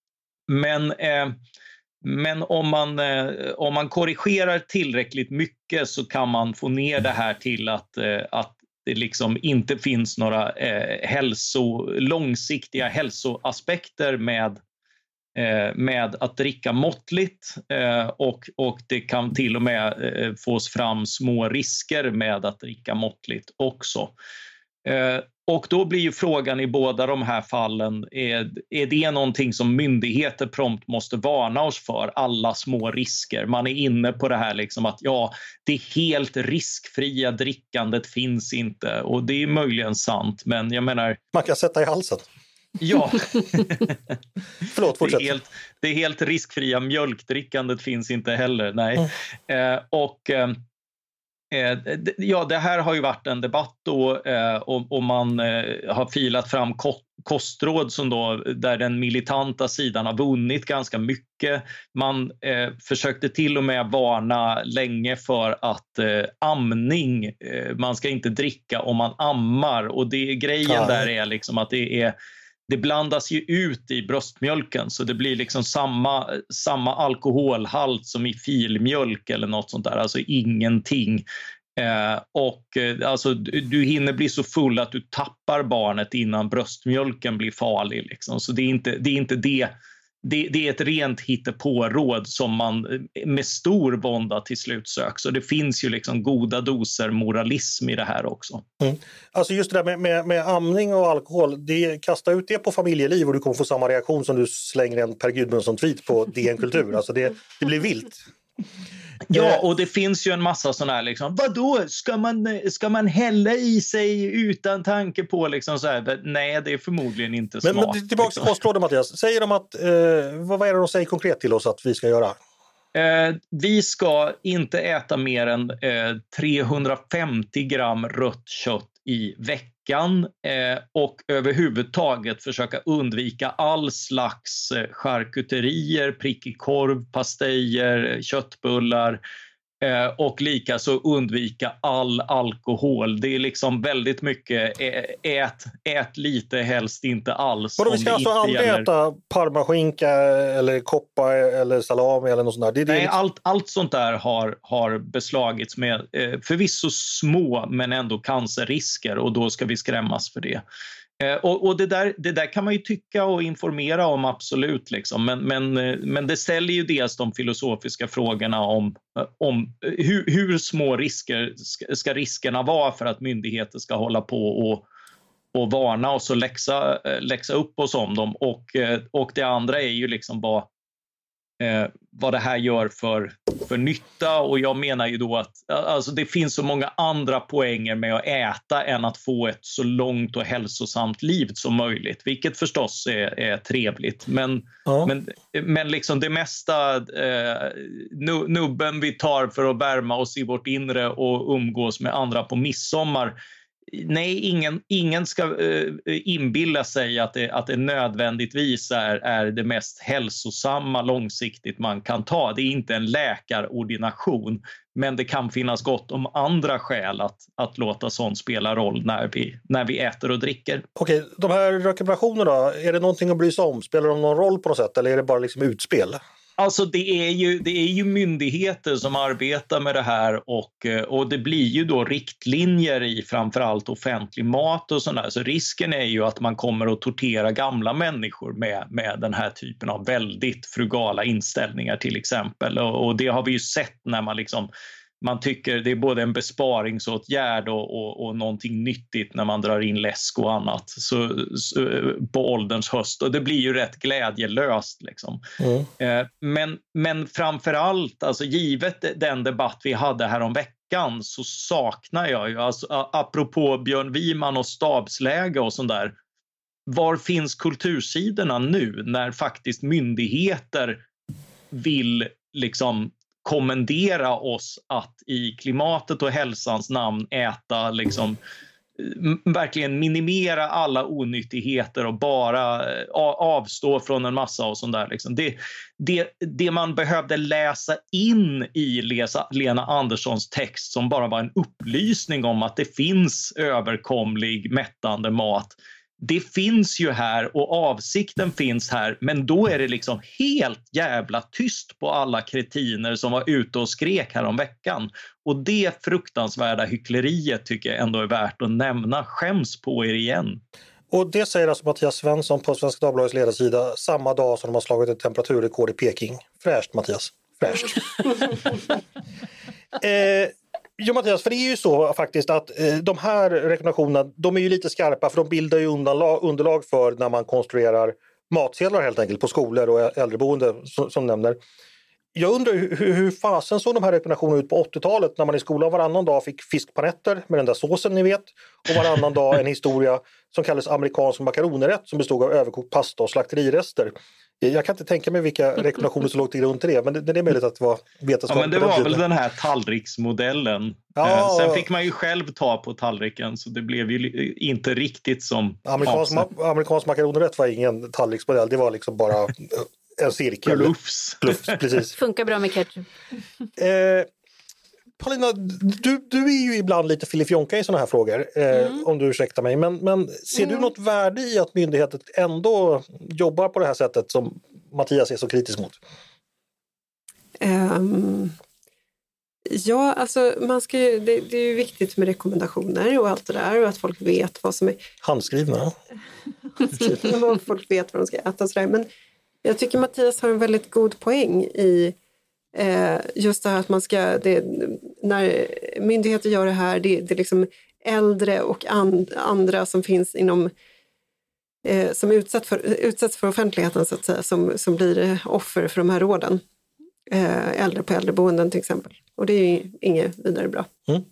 Men om man korrigerar tillräckligt mycket så kan man få ner det här till att det liksom inte finns några långsiktiga hälsoaspekter med att dricka måttligt, och det kan till och med fås fram små risker med att dricka måttligt också. Och då blir ju frågan i båda de här fallen, är det någonting som myndigheter prompt måste varna oss för, alla små risker? Man är inne på det här liksom att det helt riskfria drickandet finns inte, och det är möjligen sant, men jag menar... Man kan sätta i halsen. Ja. Förlåt, fortsätt. Det helt riskfria mjölkdrickandet finns inte heller, nej. Det här har ju varit en debatt då, och man har filat fram kostråd som då, där den militanta sidan har vunnit ganska mycket. Man försökte till och med varna länge för att amning, man ska inte dricka om man ammar, och grejen där är liksom att det blandas ju ut i bröstmjölken, så det blir liksom samma alkoholhalt som i filmjölk eller något sånt där, alltså ingenting. Alltså du hinner bli så full att du tappar barnet innan bröstmjölken blir farlig liksom. Så det är inte det. Det är ett rent hittepåråd som man med stor vånda till slut söker. Så det finns ju liksom goda doser moralism i det här också. Alltså just det där med amning och alkohol, kasta ut det på familjeliv och du kommer få samma reaktion som du slänger en Per Gudmundsson-tweet på DN Kultur. Alltså det blir vilt. Ja, och det finns ju en massa sådana här liksom, vadå, ska man hälla i sig utan tanke på liksom så här? Nej, det är förmodligen inte smart. Men tillbaka till kostrådet, Mattias. Säger de att, vad är det de säger konkret till oss att vi ska göra? Vi ska inte äta mer än 350 gram rött kött i veckan, och överhuvudtaget försöka undvika all slags charkuterier, prickig korv, pastejer, köttbullar, och likaså undvika all alkohol. Det är liksom väldigt mycket ät lite, helst inte alls. Vi ska alltså aldrig äta parmaskinka eller koppa eller salami eller något sånt där? Nej, allt sånt där har beslagits med förvisso små men ändå cancerrisker, och då ska vi skrämmas för det. Och det där kan man ju tycka och informera om, absolut liksom. Men det ställer ju dels de filosofiska frågorna om hur små risker ska riskerna vara för att myndigheter ska hålla på och varna oss och läxa upp oss om dem. Och det andra är ju liksom vad det här gör för nytta, och jag menar ju då att alltså det finns så många andra poänger med att äta än att få ett så långt och hälsosamt liv som möjligt, vilket förstås är trevligt, men liksom det mesta nubben vi tar för att värma oss i vårt inre och umgås med andra på midsommar. Nej, ingen ska inbilla sig att det nödvändigtvis är det mest hälsosamma långsiktigt man kan ta. Det är inte en läkarordination, men det kan finnas gott om andra skäl att låta sånt spela roll när vi äter och dricker. Okej, de här rekommendationerna då, är det någonting att bry sig om? Spelar de någon roll på något sätt, eller är det bara liksom utspel? Alltså det är ju myndigheter som arbetar med det här, och det blir ju då riktlinjer i framförallt offentlig mat och sådär. Så risken är ju att man kommer att tortera gamla människor med den här typen av väldigt frugala inställningar till exempel. Och det har vi ju sett när man tycker det är både en besparingsåtgärd och någonting nyttigt när man drar in läsk och annat så på ålderns höst, och det blir ju rätt glädjelöst liksom. Men framförallt, alltså givet den debatt vi hade här om veckan, så saknar jag ju, alltså apropå Björn Wiman och stabsläge och sånt där, var finns kultursidorna nu när faktiskt myndigheter vill liksom kommendera oss att i klimatet och hälsans namn äta liksom verkligen minimera alla onyttigheter och bara avstå från en massa och sånt där. Liksom. Det man behövde läsa in i Lena Anderssons text som bara var en upplysning om att det finns överkomlig mättande mat. Det finns ju här och avsikten finns här, men då är det liksom helt jävla tyst på alla kretiner som var ute och skrek här om veckan. Och det fruktansvärda hyckleriet tycker jag ändå är värt att nämna. Skäms på er igen. Och det säger alltså Mattias Svensson på Svenska Dagbladets ledarsida samma dag som de har slagit ett temperaturrekord i Peking. Fräscht, Mattias. Fräscht. Jo Mattias, för det är ju så faktiskt att de här rekommendationerna, de är ju lite skarpa för de bildar ju underlag för när man konstruerar matsedlar helt enkelt på skolor och äldreboende som nämner. Jag undrar hur fasen såg de här rekommendationerna ut på 80-talet när man i skolan varannan dag fick fiskpanetter med den där såsen ni vet och varannan dag en historia som kallades amerikansk makaronrätt som bestod av överkokt pasta och slakterirester. Jag kan inte tänka mig vilka rekommendationer som låg till grund till det, men det är möjligt att det var vetenskap. Ja, men det var väl den här tallriksmodellen. Ja, sen fick man ju själv ta på tallriken så det blev ju inte riktigt som amerikansk makaronrätt var ingen tallriksmodell, det var liksom bara en cirkel. Bluffs, precis. Funkar bra med ketchup. Paulina, du är ju ibland lite filifjonka i såna här frågor, om du ursäktar mig. Men ser du något värde i att myndigheten ändå jobbar på det här sättet som Mattias är så kritisk mot? Ja, alltså det är ju viktigt med rekommendationer och allt det där och att folk vet vad som är... Handskrivna. Och folk vet vad de ska äta och sådär. Men jag tycker Mattias har en väldigt god poäng i just det här att man ska, när myndigheter gör det här, det är liksom äldre och andra som finns inom som utsätts för offentligheten så att säga, som blir offer för de här råden. Äldre på äldreboenden till exempel. Och det är ju inget vidare bra.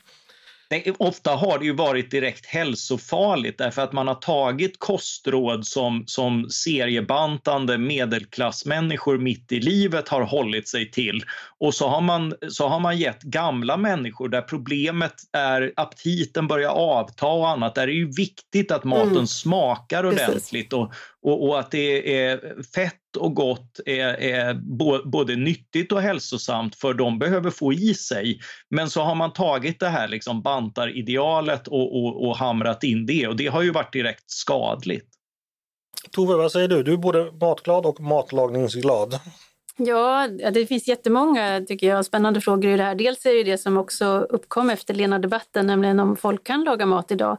Nej, ofta har det ju varit direkt hälsofarligt därför att man har tagit kostråd som seriebantande medelklassmänniskor mitt i livet har hållit sig till och så har man gett gamla människor där problemet är aptiten börjar avta och annat, där är det ju viktigt att maten smakar ordentligt och att det är fett och gott är både nyttigt och hälsosamt för de behöver få i sig. Men så har man tagit det här liksom bantaridealet och hamrat in det och det har ju varit direkt skadligt. Tove, vad säger du? Du är både matglad och matlagningsglad. Ja, det finns jättemånga tycker jag spännande frågor i det här. Dels är det som också uppkom efter Lena-debatten, nämligen om folk kan laga mat idag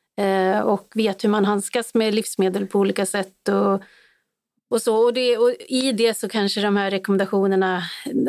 och vet hur man handskas med livsmedel på olika sätt och så. Och i det så kanske de här rekommendationerna,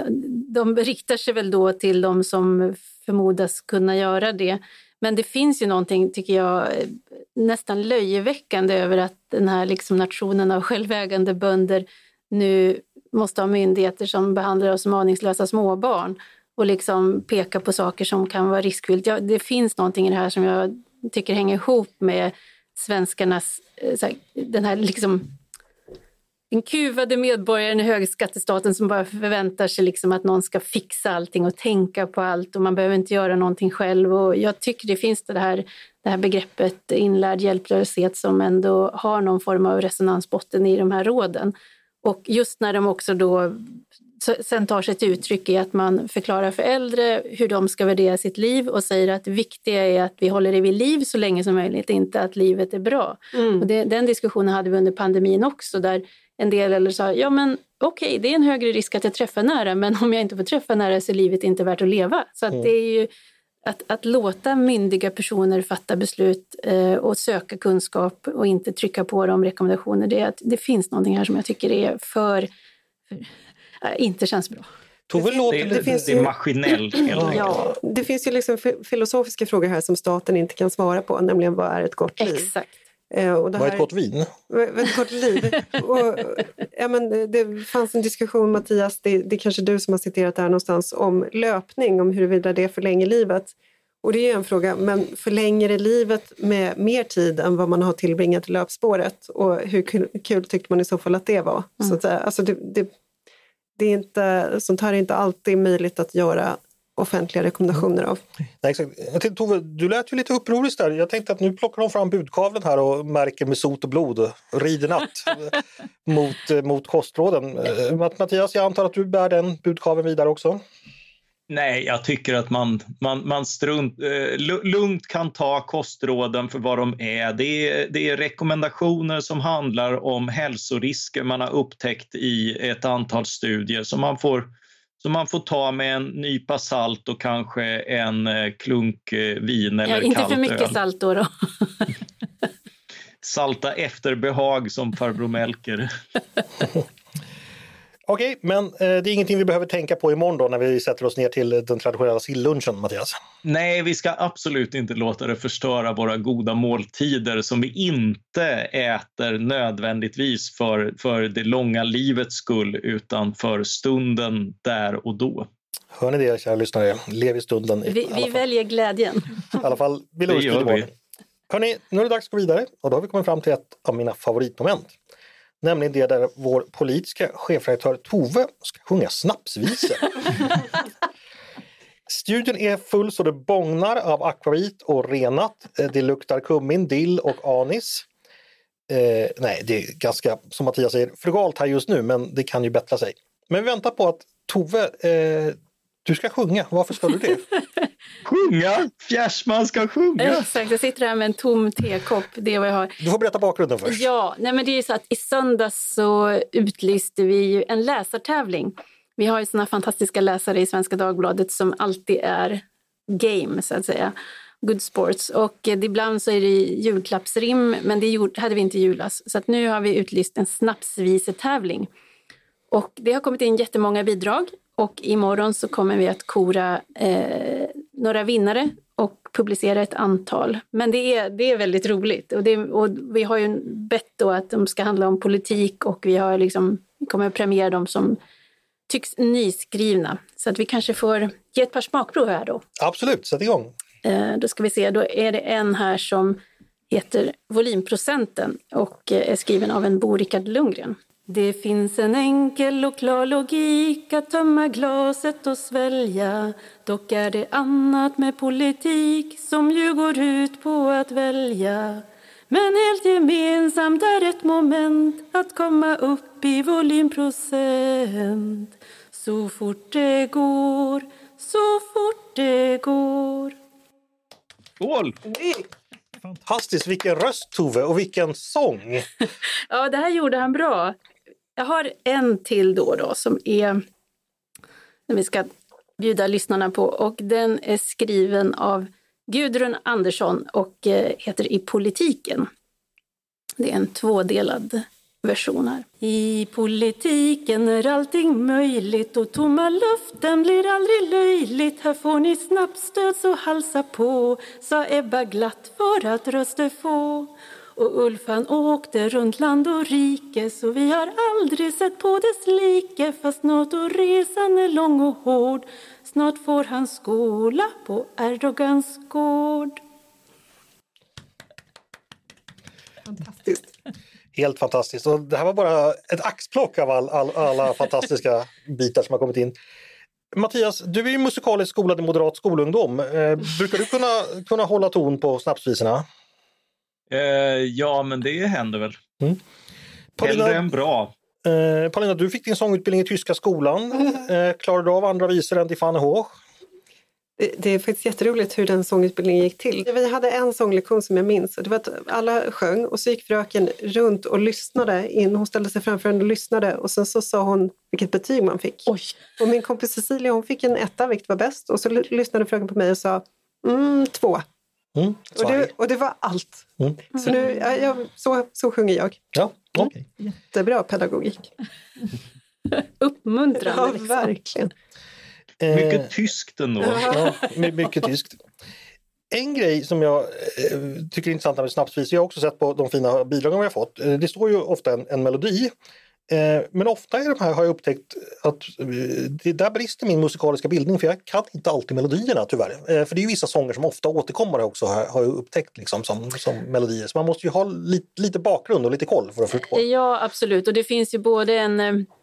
de riktar sig väl då till de som förmodas kunna göra det. Men det finns ju någonting, tycker jag, nästan löjeväckande över att den här liksom nationen av självägande bönder nu måste ha myndigheter som behandlar oss som aningslösa småbarn och liksom peka på saker som kan vara riskfyllt. Ja, det finns någonting i det här som jag tycker hänger ihop med svenskarnas, den här liksom en kuvade medborgare i högskattestaten som bara förväntar sig liksom att någon ska fixa allting och tänka på allt och man behöver inte göra någonting själv. Och jag tycker det finns det här begreppet inlärd hjälplöshet som ändå har någon form av resonansbotten i de här råden. Och just när de också då sen tar sig till uttryck i att man förklarar för äldre hur de ska värdera sitt liv och säger att det viktiga är att vi håller det vid liv så länge som möjligt, inte att livet är bra. Och den diskussionen hade vi under pandemin också där en del eller sa, ja men okej, det är en högre risk att jag träffar nära, men om jag inte får träffa nära så är livet inte värt att leva. Så att det är ju att låta myndiga personer fatta beslut och söka kunskap och inte trycka på dem rekommendationer. Det finns någonting här som jag tycker är inte känns bra. Det är maskinellt. Ja, det finns ju liksom filosofiska frågor här som staten inte kan svara på, nämligen vad är ett gott liv? Exakt. Och vad är ett gott vin? Ett gott liv. Och, ja, men det fanns en diskussion, Mattias, det är kanske du som har citerat det här någonstans, om löpning, om huruvida det förlänger livet. Och det är en fråga, men förlänger det livet med mer tid än vad man har tillbringat i löpspåret? Och hur kul tyckte man i så fall att det var? Så att, alltså det är inte, sånt här är inte alltid möjligt att göra offentliga rekommendationer av. Nej, exakt. Jag tänkte, Tove, du lät ju lite upprorisk där. Jag tänkte att nu plockar de fram budkavlen här och märker med sot och blod och rider natt mot kostråden. Mattias, jag antar att du bär den budkavlen vidare också? Nej, jag tycker att man lugnt kan ta kostråden för vad de är. Det är rekommendationer som handlar om hälsorisker man har upptäckt i ett antal studier som man får ta med en nypa salt och kanske en klunk vin eller kallt öl. Inte för mycket salt då. Salta efter behag som farbror Melker. Okej, men det är ingenting vi behöver tänka på imorgon då när vi sätter oss ner till den traditionella sillunchen, Mattias? Nej, vi ska absolut inte låta det förstöra våra goda måltider som vi inte äter nödvändigtvis för det långa livets skull utan för stunden där och då. Hör ni det, kära lyssnare? Lev i stunden. Vi väljer glädjen. I alla fall vid lunchtid imorgon. Hörrni, nu är det dags att gå vidare och då har vi kommit fram till ett av mina favoritmoment. Nämligen det där vår politiska chefredaktör Tove ska sjunga snapsvisor. Studien är full så det bångnar av akvavit och renat. Det luktar kummin, dill och anis. Nej, det är ganska, som Mattias säger, frugalt här just nu, men det kan ju bättra sig. Men vi väntar på att Tove, du ska sjunga. Varför ska du det? Sjunga? Fjärsman ska sjunga. Exakt, jag sitter här med en tom tekopp. Det är vad jag har. Du får berätta bakgrunden först. Ja, nej men det är ju så att i söndags så utlyste vi ju en läsartävling. Vi har ju såna fantastiska läsare i Svenska Dagbladet som alltid är game så att säga. Good sports. Och ibland så är det julklappsrim, men det hade vi inte i julas. Så att nu har vi utlyst en snapsvisetävling. Och det har kommit in jättemånga bidrag. Och imorgon så kommer vi att kora några vinnare och publicera ett antal. Men det är väldigt roligt. Och vi har ju bett då att de ska handla om politik och vi kommer att premiera dem som tycks nyskrivna. Så att vi kanske får ge ett par smakprov här då. Absolut, sätt igång. Då ska vi se, då är det en här som heter Volymprocenten och är skriven av en Bo Rickard Lundgren. Det finns en enkel och klar logik att tömma glaset och svälja. Dock är det annat med politik som ju går ut på att välja. Men helt gemensamt är ett moment att komma upp i volymprocent. Så fort det går, så fort det går. Skål! Fantastiskt, vilken röst Tove och vilken sång. Ja, det här gjorde han bra. Jag har en till då som är som vi ska bjuda lyssnarna på och den är skriven av Gudrun Andersson och heter I politiken. Det är en 2-delad version här. I politiken är allting möjligt och tomma luften blir aldrig löjligt. Här får ni snabbstöd så halsa på, sa Ebba glatt för att röster få. Och Ulf han åkte runt land och rike så vi har aldrig sett på dess like. Fast snart och resan är lång och hård, snart får han skåla på Erdogans gård. Fantastiskt. Helt fantastiskt. Och det här var bara ett axplock av alla fantastiska bitar som har kommit in. Mattias, du är ju musikaliskt skolad i moderat skolungdom. Brukar du kunna hålla ton på snapsvisorna? Ja, men det händer väl. Paulina, hellre än bra. Paulina, du fick din sångutbildning i tyska skolan. Klarade du av andra visor än Die Fahne hoch? Det är faktiskt jätteroligt hur den sångutbildningen gick till. Vi hade en sånglektion som jag minns. Det var att alla sjöng och så gick fröken runt och lyssnade in. Hon ställde sig framför en och lyssnade och sen så sa hon vilket betyg man fick. Oj. Och min kompis Cecilia, hon fick en 1, vilket var bäst. Och så lyssnade fröken på mig och sa 2. Och det var allt. Så nu, så sjunger jag. Ja, okej. Jättebra pedagogik. Uppmuntrande. Ja, verkligen. Mycket tyskt ändå. Ja, mycket tyskt. En grej som jag tycker är intressant med snapsvis, jag har också sett på de fina bidragen vi har fått. Det står ju ofta en melodi. Men ofta i de här har jag upptäckt att det där brister min musikaliska bildning för jag kan inte alltid melodierna tyvärr. För det är ju vissa sånger som ofta återkommer också har jag upptäckt liksom, som melodier. Så man måste ju ha lite bakgrund och lite koll för att förstå. Ja, absolut. Och det finns ju både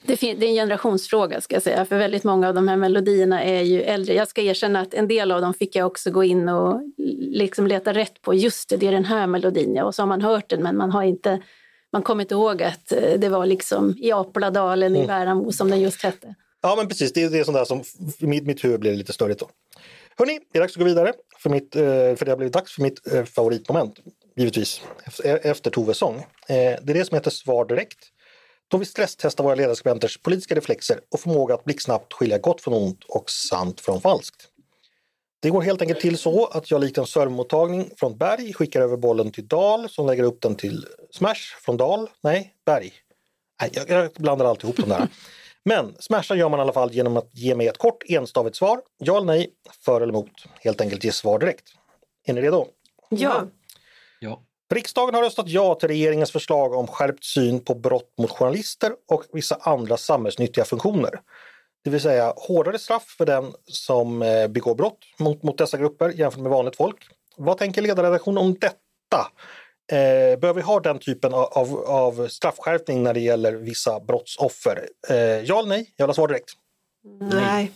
Det är en generationsfråga ska jag säga, för väldigt många av de här melodierna är ju äldre. Jag ska erkänna att en del av dem fick jag också gå in och liksom leta rätt på. Just det är den här melodin, ja. Och så har man hört den, men man kommer inte ihåg att det var liksom i Apladalen i Värnamo som den just hette. Ja, men precis. Det är sånt där som mitt huvud blir lite större då. Hörrni, det är dags att gå vidare. För det har blivit dags för mitt favoritmoment, givetvis, efter Toves sång. Det är det som heter Svar direkt. Då vi stresstestar våra ledarskribenters politiska reflexer och förmåga att blixtsnabbt skilja gott från ont och sant från falskt. Det går helt enkelt till så att jag likt en servermottagning från Berg skickar över bollen till Dal som lägger upp den till Smash från Dal. Nej, Berg. Nej, jag blandar alltid ihop dem där. Men smasha gör man i alla fall genom att ge mig ett kort enstavigt svar. Ja eller nej, för eller emot. Helt enkelt ge svar direkt. Är ni redo? Ja. Riksdagen har röstat ja till regeringens förslag om skärpt syn på brott mot journalister och vissa andra samhällsnyttiga funktioner. Det vill säga hårdare straff för den som begår brott mot dessa grupper jämfört med vanligt folk. Vad tänker ledarredaktionen om detta? Behöver vi ha den typen av straffskärpning när det gäller vissa brottsoffer? Ja eller nej? Jag vill ha svar direkt. Nej.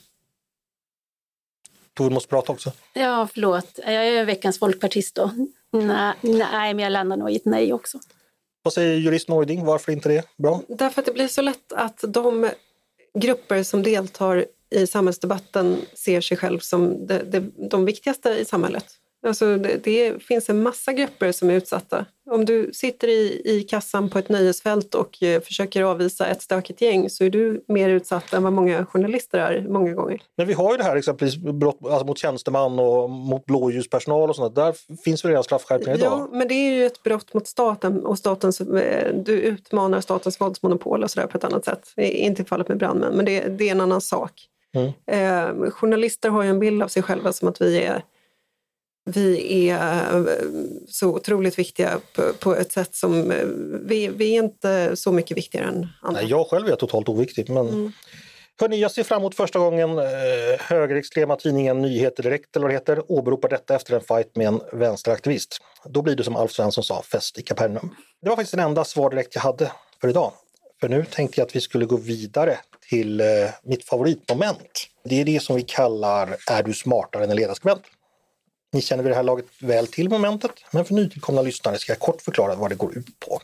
Du måste prata också. Ja, förlåt. Jag är veckans folkpartist då. Nej, men jag landar nog i ett nej också. Vad säger jurist Neuding? Varför inte det? Bra. Därför att det blir så lätt att de grupper som deltar i samhällsdebatten ser sig själv som de viktigaste i samhället. Alltså det finns en massa grupper som är utsatta. Om du sitter i kassan på ett nöjesfält och försöker avvisa ett stökigt gäng så är du mer utsatt än vad många journalister är många gånger. Men vi har ju det här exempelvis brott alltså mot tjänsteman och mot blåljuspersonal och sånt. Där finns väl redan straffskärpningar idag? Ja, men det är ju ett brott mot staten och du utmanar statens våldsmonopol och sådär på ett annat sätt. Inte i fallet med brandmän, men det är en annan sak. Journalister har ju en bild av sig själva som att vi är så otroligt viktiga på ett sätt som vi är inte så mycket viktigare än andra. Nej, jag själv är totalt oviktig. Men... Hörrni, jag ser fram emot första gången högerextrema tidningen Nyheter Direkt eller vad det heter, åberopar detta efter en fight med en vänsteraktivist. Då blir det som Alf Svensson sa, fest i Kapernaum. Det var faktiskt den enda svar direkt jag hade för idag. För nu tänkte jag att vi skulle gå vidare till mitt favoritmoment. Det är det som vi kallar Är du smartare än en ledarskribent? Ni känner vid det här laget väl till momentet, men för nytillkomna lyssnare ska jag kort förklara vad det går ut på.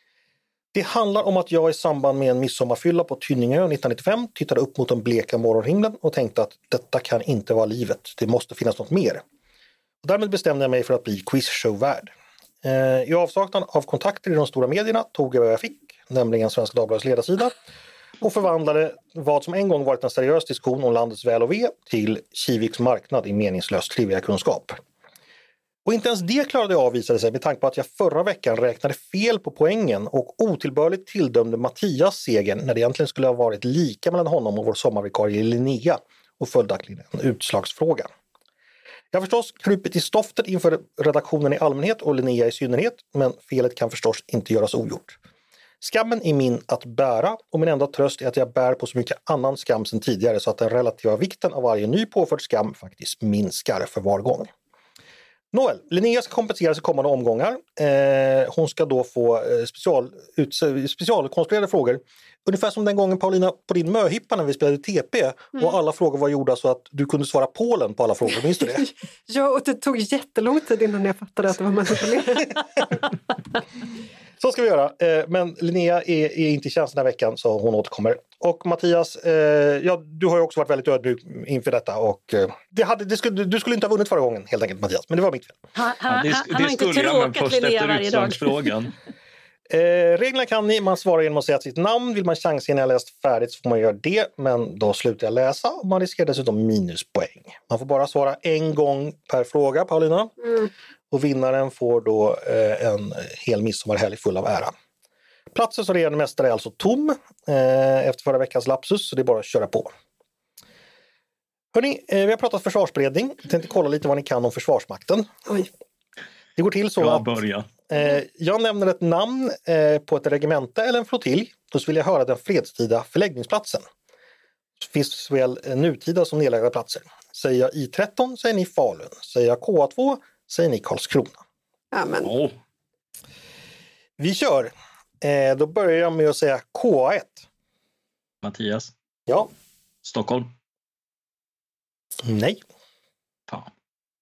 Det handlar om att jag i samband med en midsommarfylla på Tynningö 1995 tittade upp mot den bleka morgonhimlen och tänkte att detta kan inte vara livet, det måste finnas något mer. Och därmed bestämde jag mig för att bli quizshowvärd. I avsaknad av kontakter i de stora medierna tog jag vad jag fick, nämligen Svenska Dagbladets ledarsida, och förvandlade vad som en gång varit en seriös diskussion om landets väl och ve till Kiviks marknad i meningslös trivia-kunskap. Och inte ens det klarade jag av, visade sig, med tanke på att jag förra veckan räknade fel på poängen och otillbörligt tilldömde Mattias segern när det egentligen skulle ha varit lika mellan honom och vår sommarvikarie Linnea och följaktligen en utslagsfråga. Jag har förstås krupit i stoftet inför redaktionen i allmänhet och Linnea i synnerhet, men felet kan förstås inte göras ogjort. Skammen är min att bära och min enda tröst är att jag bär på så mycket annan skam sedan tidigare så att den relativa vikten av varje ny påförd skam faktiskt minskar för var gång. Nåväl, Linnea ska kompenseras i kommande omgångar. Hon ska då få specialkonstruerade frågor. Ungefär som den gången, Paulina, på din möhippa när vi spelade TP och alla frågor var gjorda så att du kunde svara Polen på alla frågor. Minns du det? Ja, och det tog jättelång tid innan jag fattade att det var manipulerat. Så ska vi göra. Men Linnea är inte i tjänst den här veckan så hon återkommer. Och Mattias, du har ju också varit väldigt ödmjuk inför detta. Och, du skulle inte ha vunnit förra gången helt enkelt, Mattias. Men det var mitt fel. Han har inte tråkat Linnea varje dag. Reglerna kan ni. Man svarar genom att säga sitt namn. Vill man chansa innan jag läst färdigt så får man göra det. Men då slutar jag läsa och man riskerar dessutom minuspoäng. Man får bara svara en gång per fråga, Paulina. Och vinnaren får då en hel midsommarhelg full av ära. Platsen som regerande mästare är alltså tom efter förra veckans lapsus, så det är bara att köra på. Hörrni, vi har pratat försvarsberedning. Jag tänkte kolla lite vad ni kan om Försvarsmakten. Oj. Det går till så att jag nämner ett namn på ett regemente eller en flottilj. Då vill jag höra den fredstida förläggningsplatsen. Det finns såväl nutida som nedlagda platser. Säger jag I13 säger ni Falun. Säger jag KA2 säger ni Karlskrona. Amen. Vi kör. Då börjar jag med att säga KA1. Mattias? Ja. Stockholm? Nej. Fan.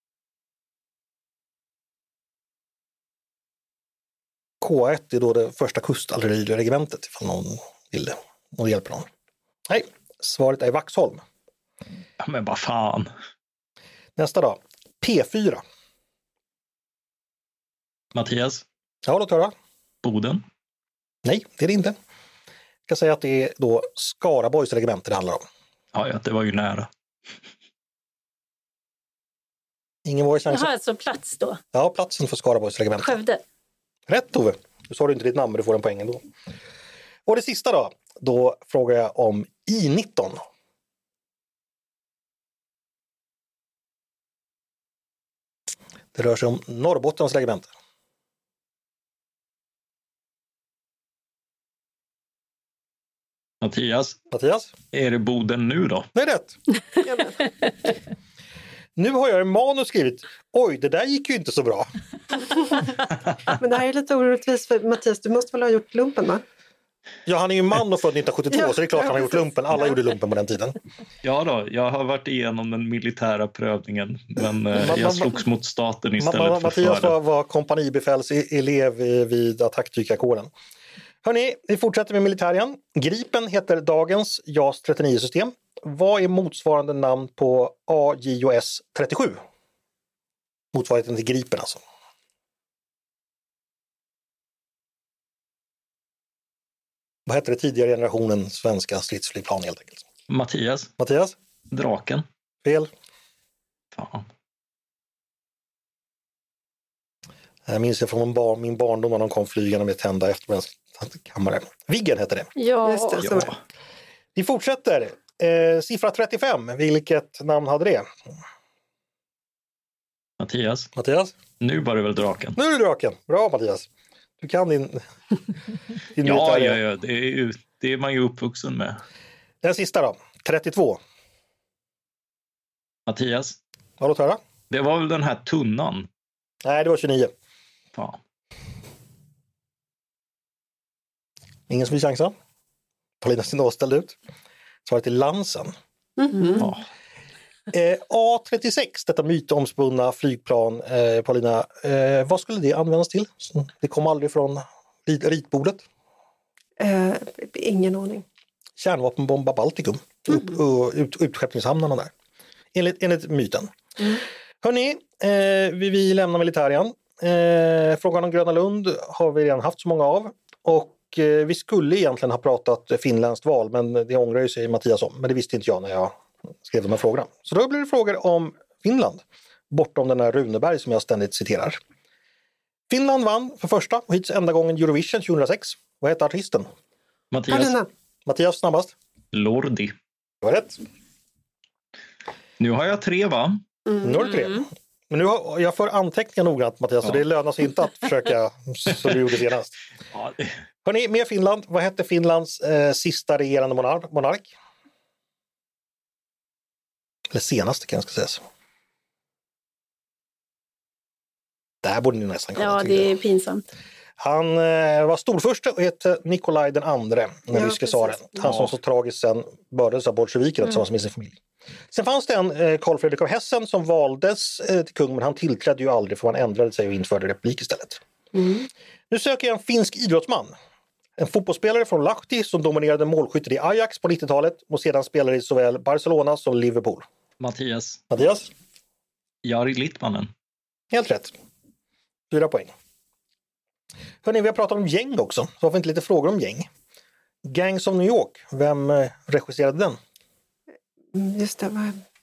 K1 är då det första kustartilleriregementet ifall någon vill det. Och hjälper någon. Nej, svaret är Vaxholm. Ja, men vad fan. Nästa dag. P4. Mattias? Ja, låt höra. Boden? Nej, det är det inte. Jag kan säga att det är då Skaraborgs regemente det handlar om. Ja, det var ju nära. Ingen var i chans. Jaha, alltså plats då? Ja, platsen för Skaraborgs regemente. Skövde. Rätt, Tove. Du sa du inte ditt namn, men du får en poäng ändå. Och det sista då. Då frågar jag om I-19. Det rör sig om Norrbottens regemente. Mattias? Är det Boden nu då? Det är rätt. Nu har jag en manus skrivit. Oj, det där gick ju inte så bra. Men det här är lite orättvist för Mattias, du måste väl ha gjort lumpen, va? Ja, han är ju man och född 1972 Ja, så det är klart han har gjort lumpen. Alla ja. gjorde lumpen på den tiden. Ja då, jag har varit igenom den militära prövningen, men jag slogs mot staten istället för Mattias före. var kompanibefälselev vid attackdykarkåren. Hörrni, vi fortsätter med militären. Gripen heter dagens JAS 39-system. Vad är motsvarande namn på AJOS 37? Motsvarigheten till Gripen alltså. Vad hette det tidigare generationen svenska stridsflygplan helt enkelt? Mattias? Draken? Fel. Fan. Jag minns det från min barndom när de kom flygande med tända efterbränskammare. Viggen hette det. Ja, just det. Ja. Vi fortsätter. Siffra 35. Vilket namn hade det? Mattias? Nu var det väl draken? Nu är det draken. Bra Mattias. Du kan din ja. Det är man ju uppvuxen med. Den sista då. 32. Mattias? Ja, låt höra. Det var väl den här tunnan? Nej, det var 29. Fan. Ingen som vill chansa? Paulina ser ställd ut. Svaret är Lansen. Mm-hmm. Ja. A36, detta mytomspunna flygplan, Paulina, vad skulle det användas till? Det kom aldrig från ritbordet. Ingen aning. Kärnvapenbomba Baltikum. Utskeppningshamnarna där. Enligt myten. Hörrni, vi lämnar militären. Frågan om Gröna Lund har vi redan haft så många av. Och vi skulle egentligen ha pratat finländskt val, men det ångrar ju sig Mattias om. Men det visste inte jag när jag skrev de här frågorna. Så då blir det frågor om Finland. Bortom den här Runeberg som jag ständigt citerar. Finland vann för första och hittills enda gången Eurovision 2006. Vad heter artisten? Mattias snabbast. Lordi. Det var rätt. Nu har jag 3, va? Nu har du 3. Men nu har jag får anteckningar noggrant Mattias, så det lönar sig inte att försöka som du gjorde senast. Ja. Hörrni, med Finland. Vad hette Finlands sista regerande monark? Eller senaste kan jag ska säga. Där borde ni nästan kunna. Ja, det är pinsamt. Han var storfurste och hette Nikolaj den andre, den ryske tsaren. Han som så tragiskt sen bördades av bolsjevikerna tillsammans med sin familj. Sen fanns det en Karl Fredrik av Hessen som valdes till kung, men han tillträdde ju aldrig för han ändrade sig och införde republik istället. Nu söker jag en finsk idrottsman. En fotbollsspelare från Lahti som dominerade målskyttet i Ajax på 90-talet och sedan spelade i såväl Barcelona som Liverpool. Mattias? Jari Littmanen. Helt rätt. 4 poäng. Hörrni, vi har pratat om gäng också. Så har vi inte lite frågor om gäng. Gangs of New York. Vem regisserade den? Just det.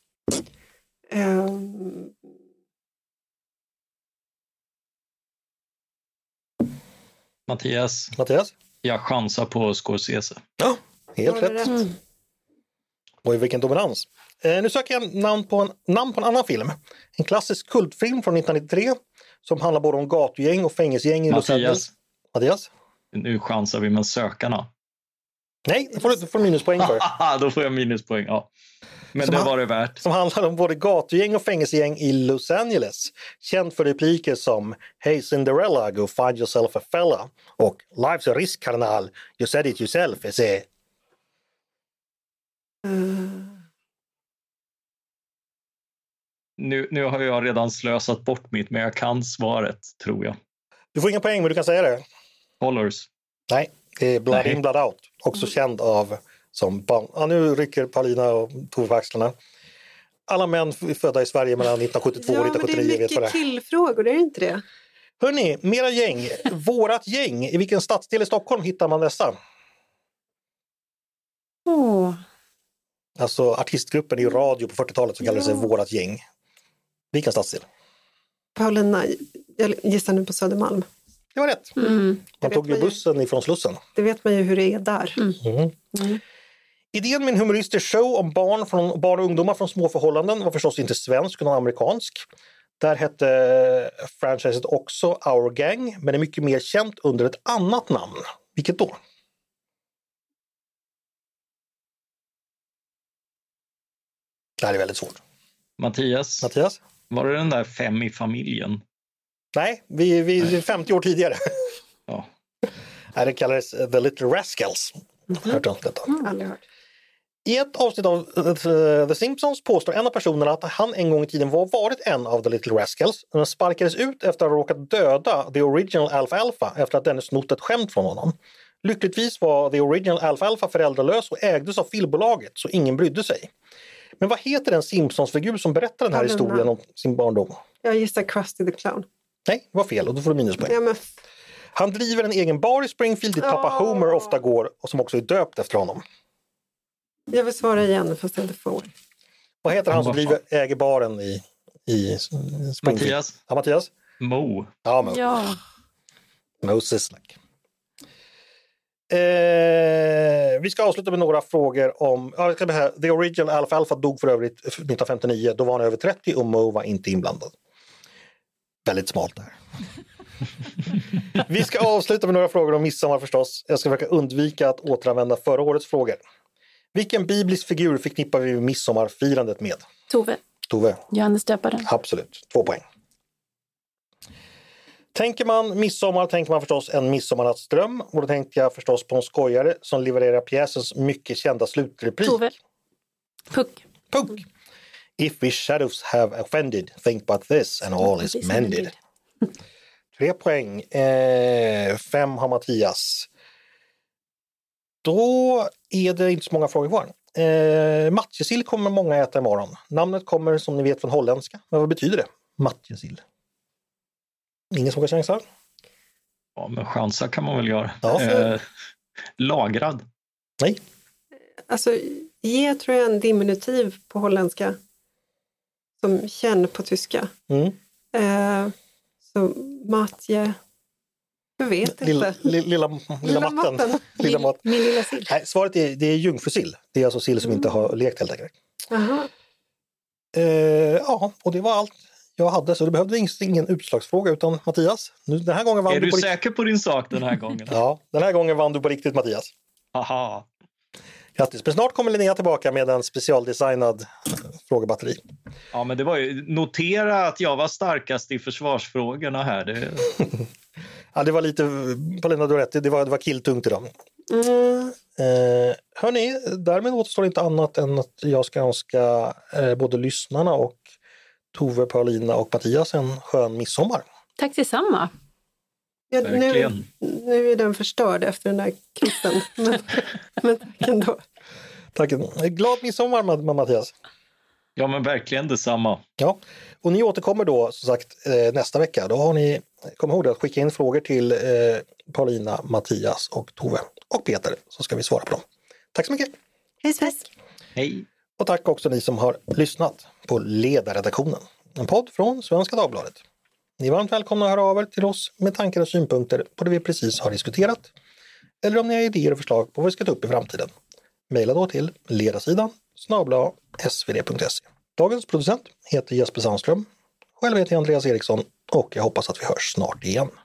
Mattias? Jag chansar på Scorsese. Ja, helt rätt. Oj, vilken dominans. Nu söker jag namn på en annan film. En klassisk kultfilm från 1993 som handlar både om gatugäng och fängelsegäng i Los Angeles. Mattias? Nu chansar vi med sökarna. Nej, det får du minuspoäng för. Då får jag minuspoäng, ja. Men som det var det värt. Som handlar om både gatugäng och fängelsegäng i Los Angeles. Känd för repliker som Hey Cinderella, go find yourself a fella. Och Life's a risk, karnal. You said it yourself, I say. Nu har jag redan slösat bort mitt, men jag kan svaret, tror jag. Du får inga poäng, men du kan säga det. Colors. Nej, det är Blood In, Blood Out. Också känd av som barn. Ja, nu rycker Paulina och Tove på axlarna. Alla män födda i Sverige mellan 1972 och 1979 vet vad det är. Det är mycket killfrågor, är det inte det? Hörrni, mera gäng. Vårat gäng. I vilken stadsdel i Stockholm hittar man dessa? Alltså artistgruppen i radio på 40-talet som kallade sig Vårat gäng. Vilken stadsdel? Paulina, jag gissar nu på Södermalm. Det var rätt. Man tog ju bussen ifrån Slussen. Det vet man ju hur det är där. Idén med en humoristisk show om barn och ungdomar från små förhållanden var förstås inte svensk utan amerikansk. Där hette franchiset också Our Gang, men är mycket mer känt under ett annat namn. Vilket då? Det här är väldigt svårt. Mattias? Var det den där 5 i familjen? Nej, vi är 50 år tidigare. Ja. Det kallades The Little Rascals. Hört om detta. Aldrig hört. I ett avsnitt av The Simpsons påstår en av personerna att han en gång i tiden varit en av The Little Rascals. Men sparkades ut efter att ha råkat döda The Original Alfalfa efter att denne snott ett skämt från honom. Lyckligtvis var The Original Alfalfa föräldralös och ägdes av filmbolaget så ingen brydde sig. Men vad heter den Simpsons-figur som berättar den här historien om sin barndom? Jag gissar Krusty the Clown. Nej, det var fel och då får du minuspoäng. Ja, men... Han driver en egen bar i Springfield dit pappa Homer ofta går och som också är döpt efter honom. Jag vill svara igen fast jag inte får. Vad heter han som äger baren i Springfield? Mattias? Mo. Ja, Mo. Ja. Mo Sislak. Vi ska avsluta med några frågor om... The Original Alfalfa dog för övrigt 1959. Då var han över 30 och Mo var inte inblandad. Väldigt smalt där. Vi ska avsluta med några frågor om midsommar förstås. Jag ska försöka undvika att återanvända förra årets frågor. Vilken biblisk figur förknippar vi midsommarfirandet med? Tove. Johannes döparen. Absolut. 2 poäng. Tänker man midsommar tänker man förstås en midsommarnattsdröm. Och då tänkte jag förstås på en skojare som levererar pjäsens mycket kända slutreplik. Tove. Puck. If we shadows have offended, think but this and all is mended. 3 poäng. 5 har Mattias. Då är det inte så många frågor kvar. Matjessill kommer många äta imorgon. Namnet kommer som ni vet från holländska. Men vad betyder det? Matjessill. Ingen som kan chansa? Ja, men chansa kan man väl göra. Ja, lagrad. Nej. Alltså, ge tror jag en diminutiv på holländska. Som känn på tyska. Så matje... Jag vet inte. Lilla matten. Min lilla sill. Nej, svaret är, det är jungfrusill. Det är alltså sill som inte har lekt helt enkelt. Ja, och det var allt jag hade. Så det behövde ingen utslagsfråga utan Mattias. Den här gången vann är du du säker på din sak den här gången? Ja, den här gången vann du på riktigt Mattias. Aha. Grattis. Men snart kommer Linnea tillbaka med en specialdesignad frågebatteri. Ja, men det var ju... Notera att jag var starkast i försvarsfrågorna här. Ja, det var lite... Paulina, du har rätt. Det var killtungt idag. Hörni, därmed återstår inte annat än att jag ska önska både lyssnarna och Tove, Paulina och Mattias en skön midsommar. Tack detsamma. Ja, nu är den förstörd efter den där kvisten. men tack ändå. Tack. Glad midsommar Mattias. Ja, men verkligen detsamma. Ja, och ni återkommer då som sagt nästa vecka. Då har ni, kom ihåg att skicka in frågor till Paulina, Mattias och Tove och Peter så ska vi svara på dem. Tack så mycket. Hej. Och tack också ni som har lyssnat på Ledarredaktionen. En podd från Svenska Dagbladet. Ni är varmt välkomna att höra av er till oss med tankar och synpunkter på det vi precis har diskuterat. Eller om ni har idéer och förslag på vad vi ska ta upp i framtiden. Maila då till ledarsidan@svd.se. Dagens producent heter Jesper Sandström. Själv heter jag Andreas Eriksson och jag hoppas att vi hörs snart igen.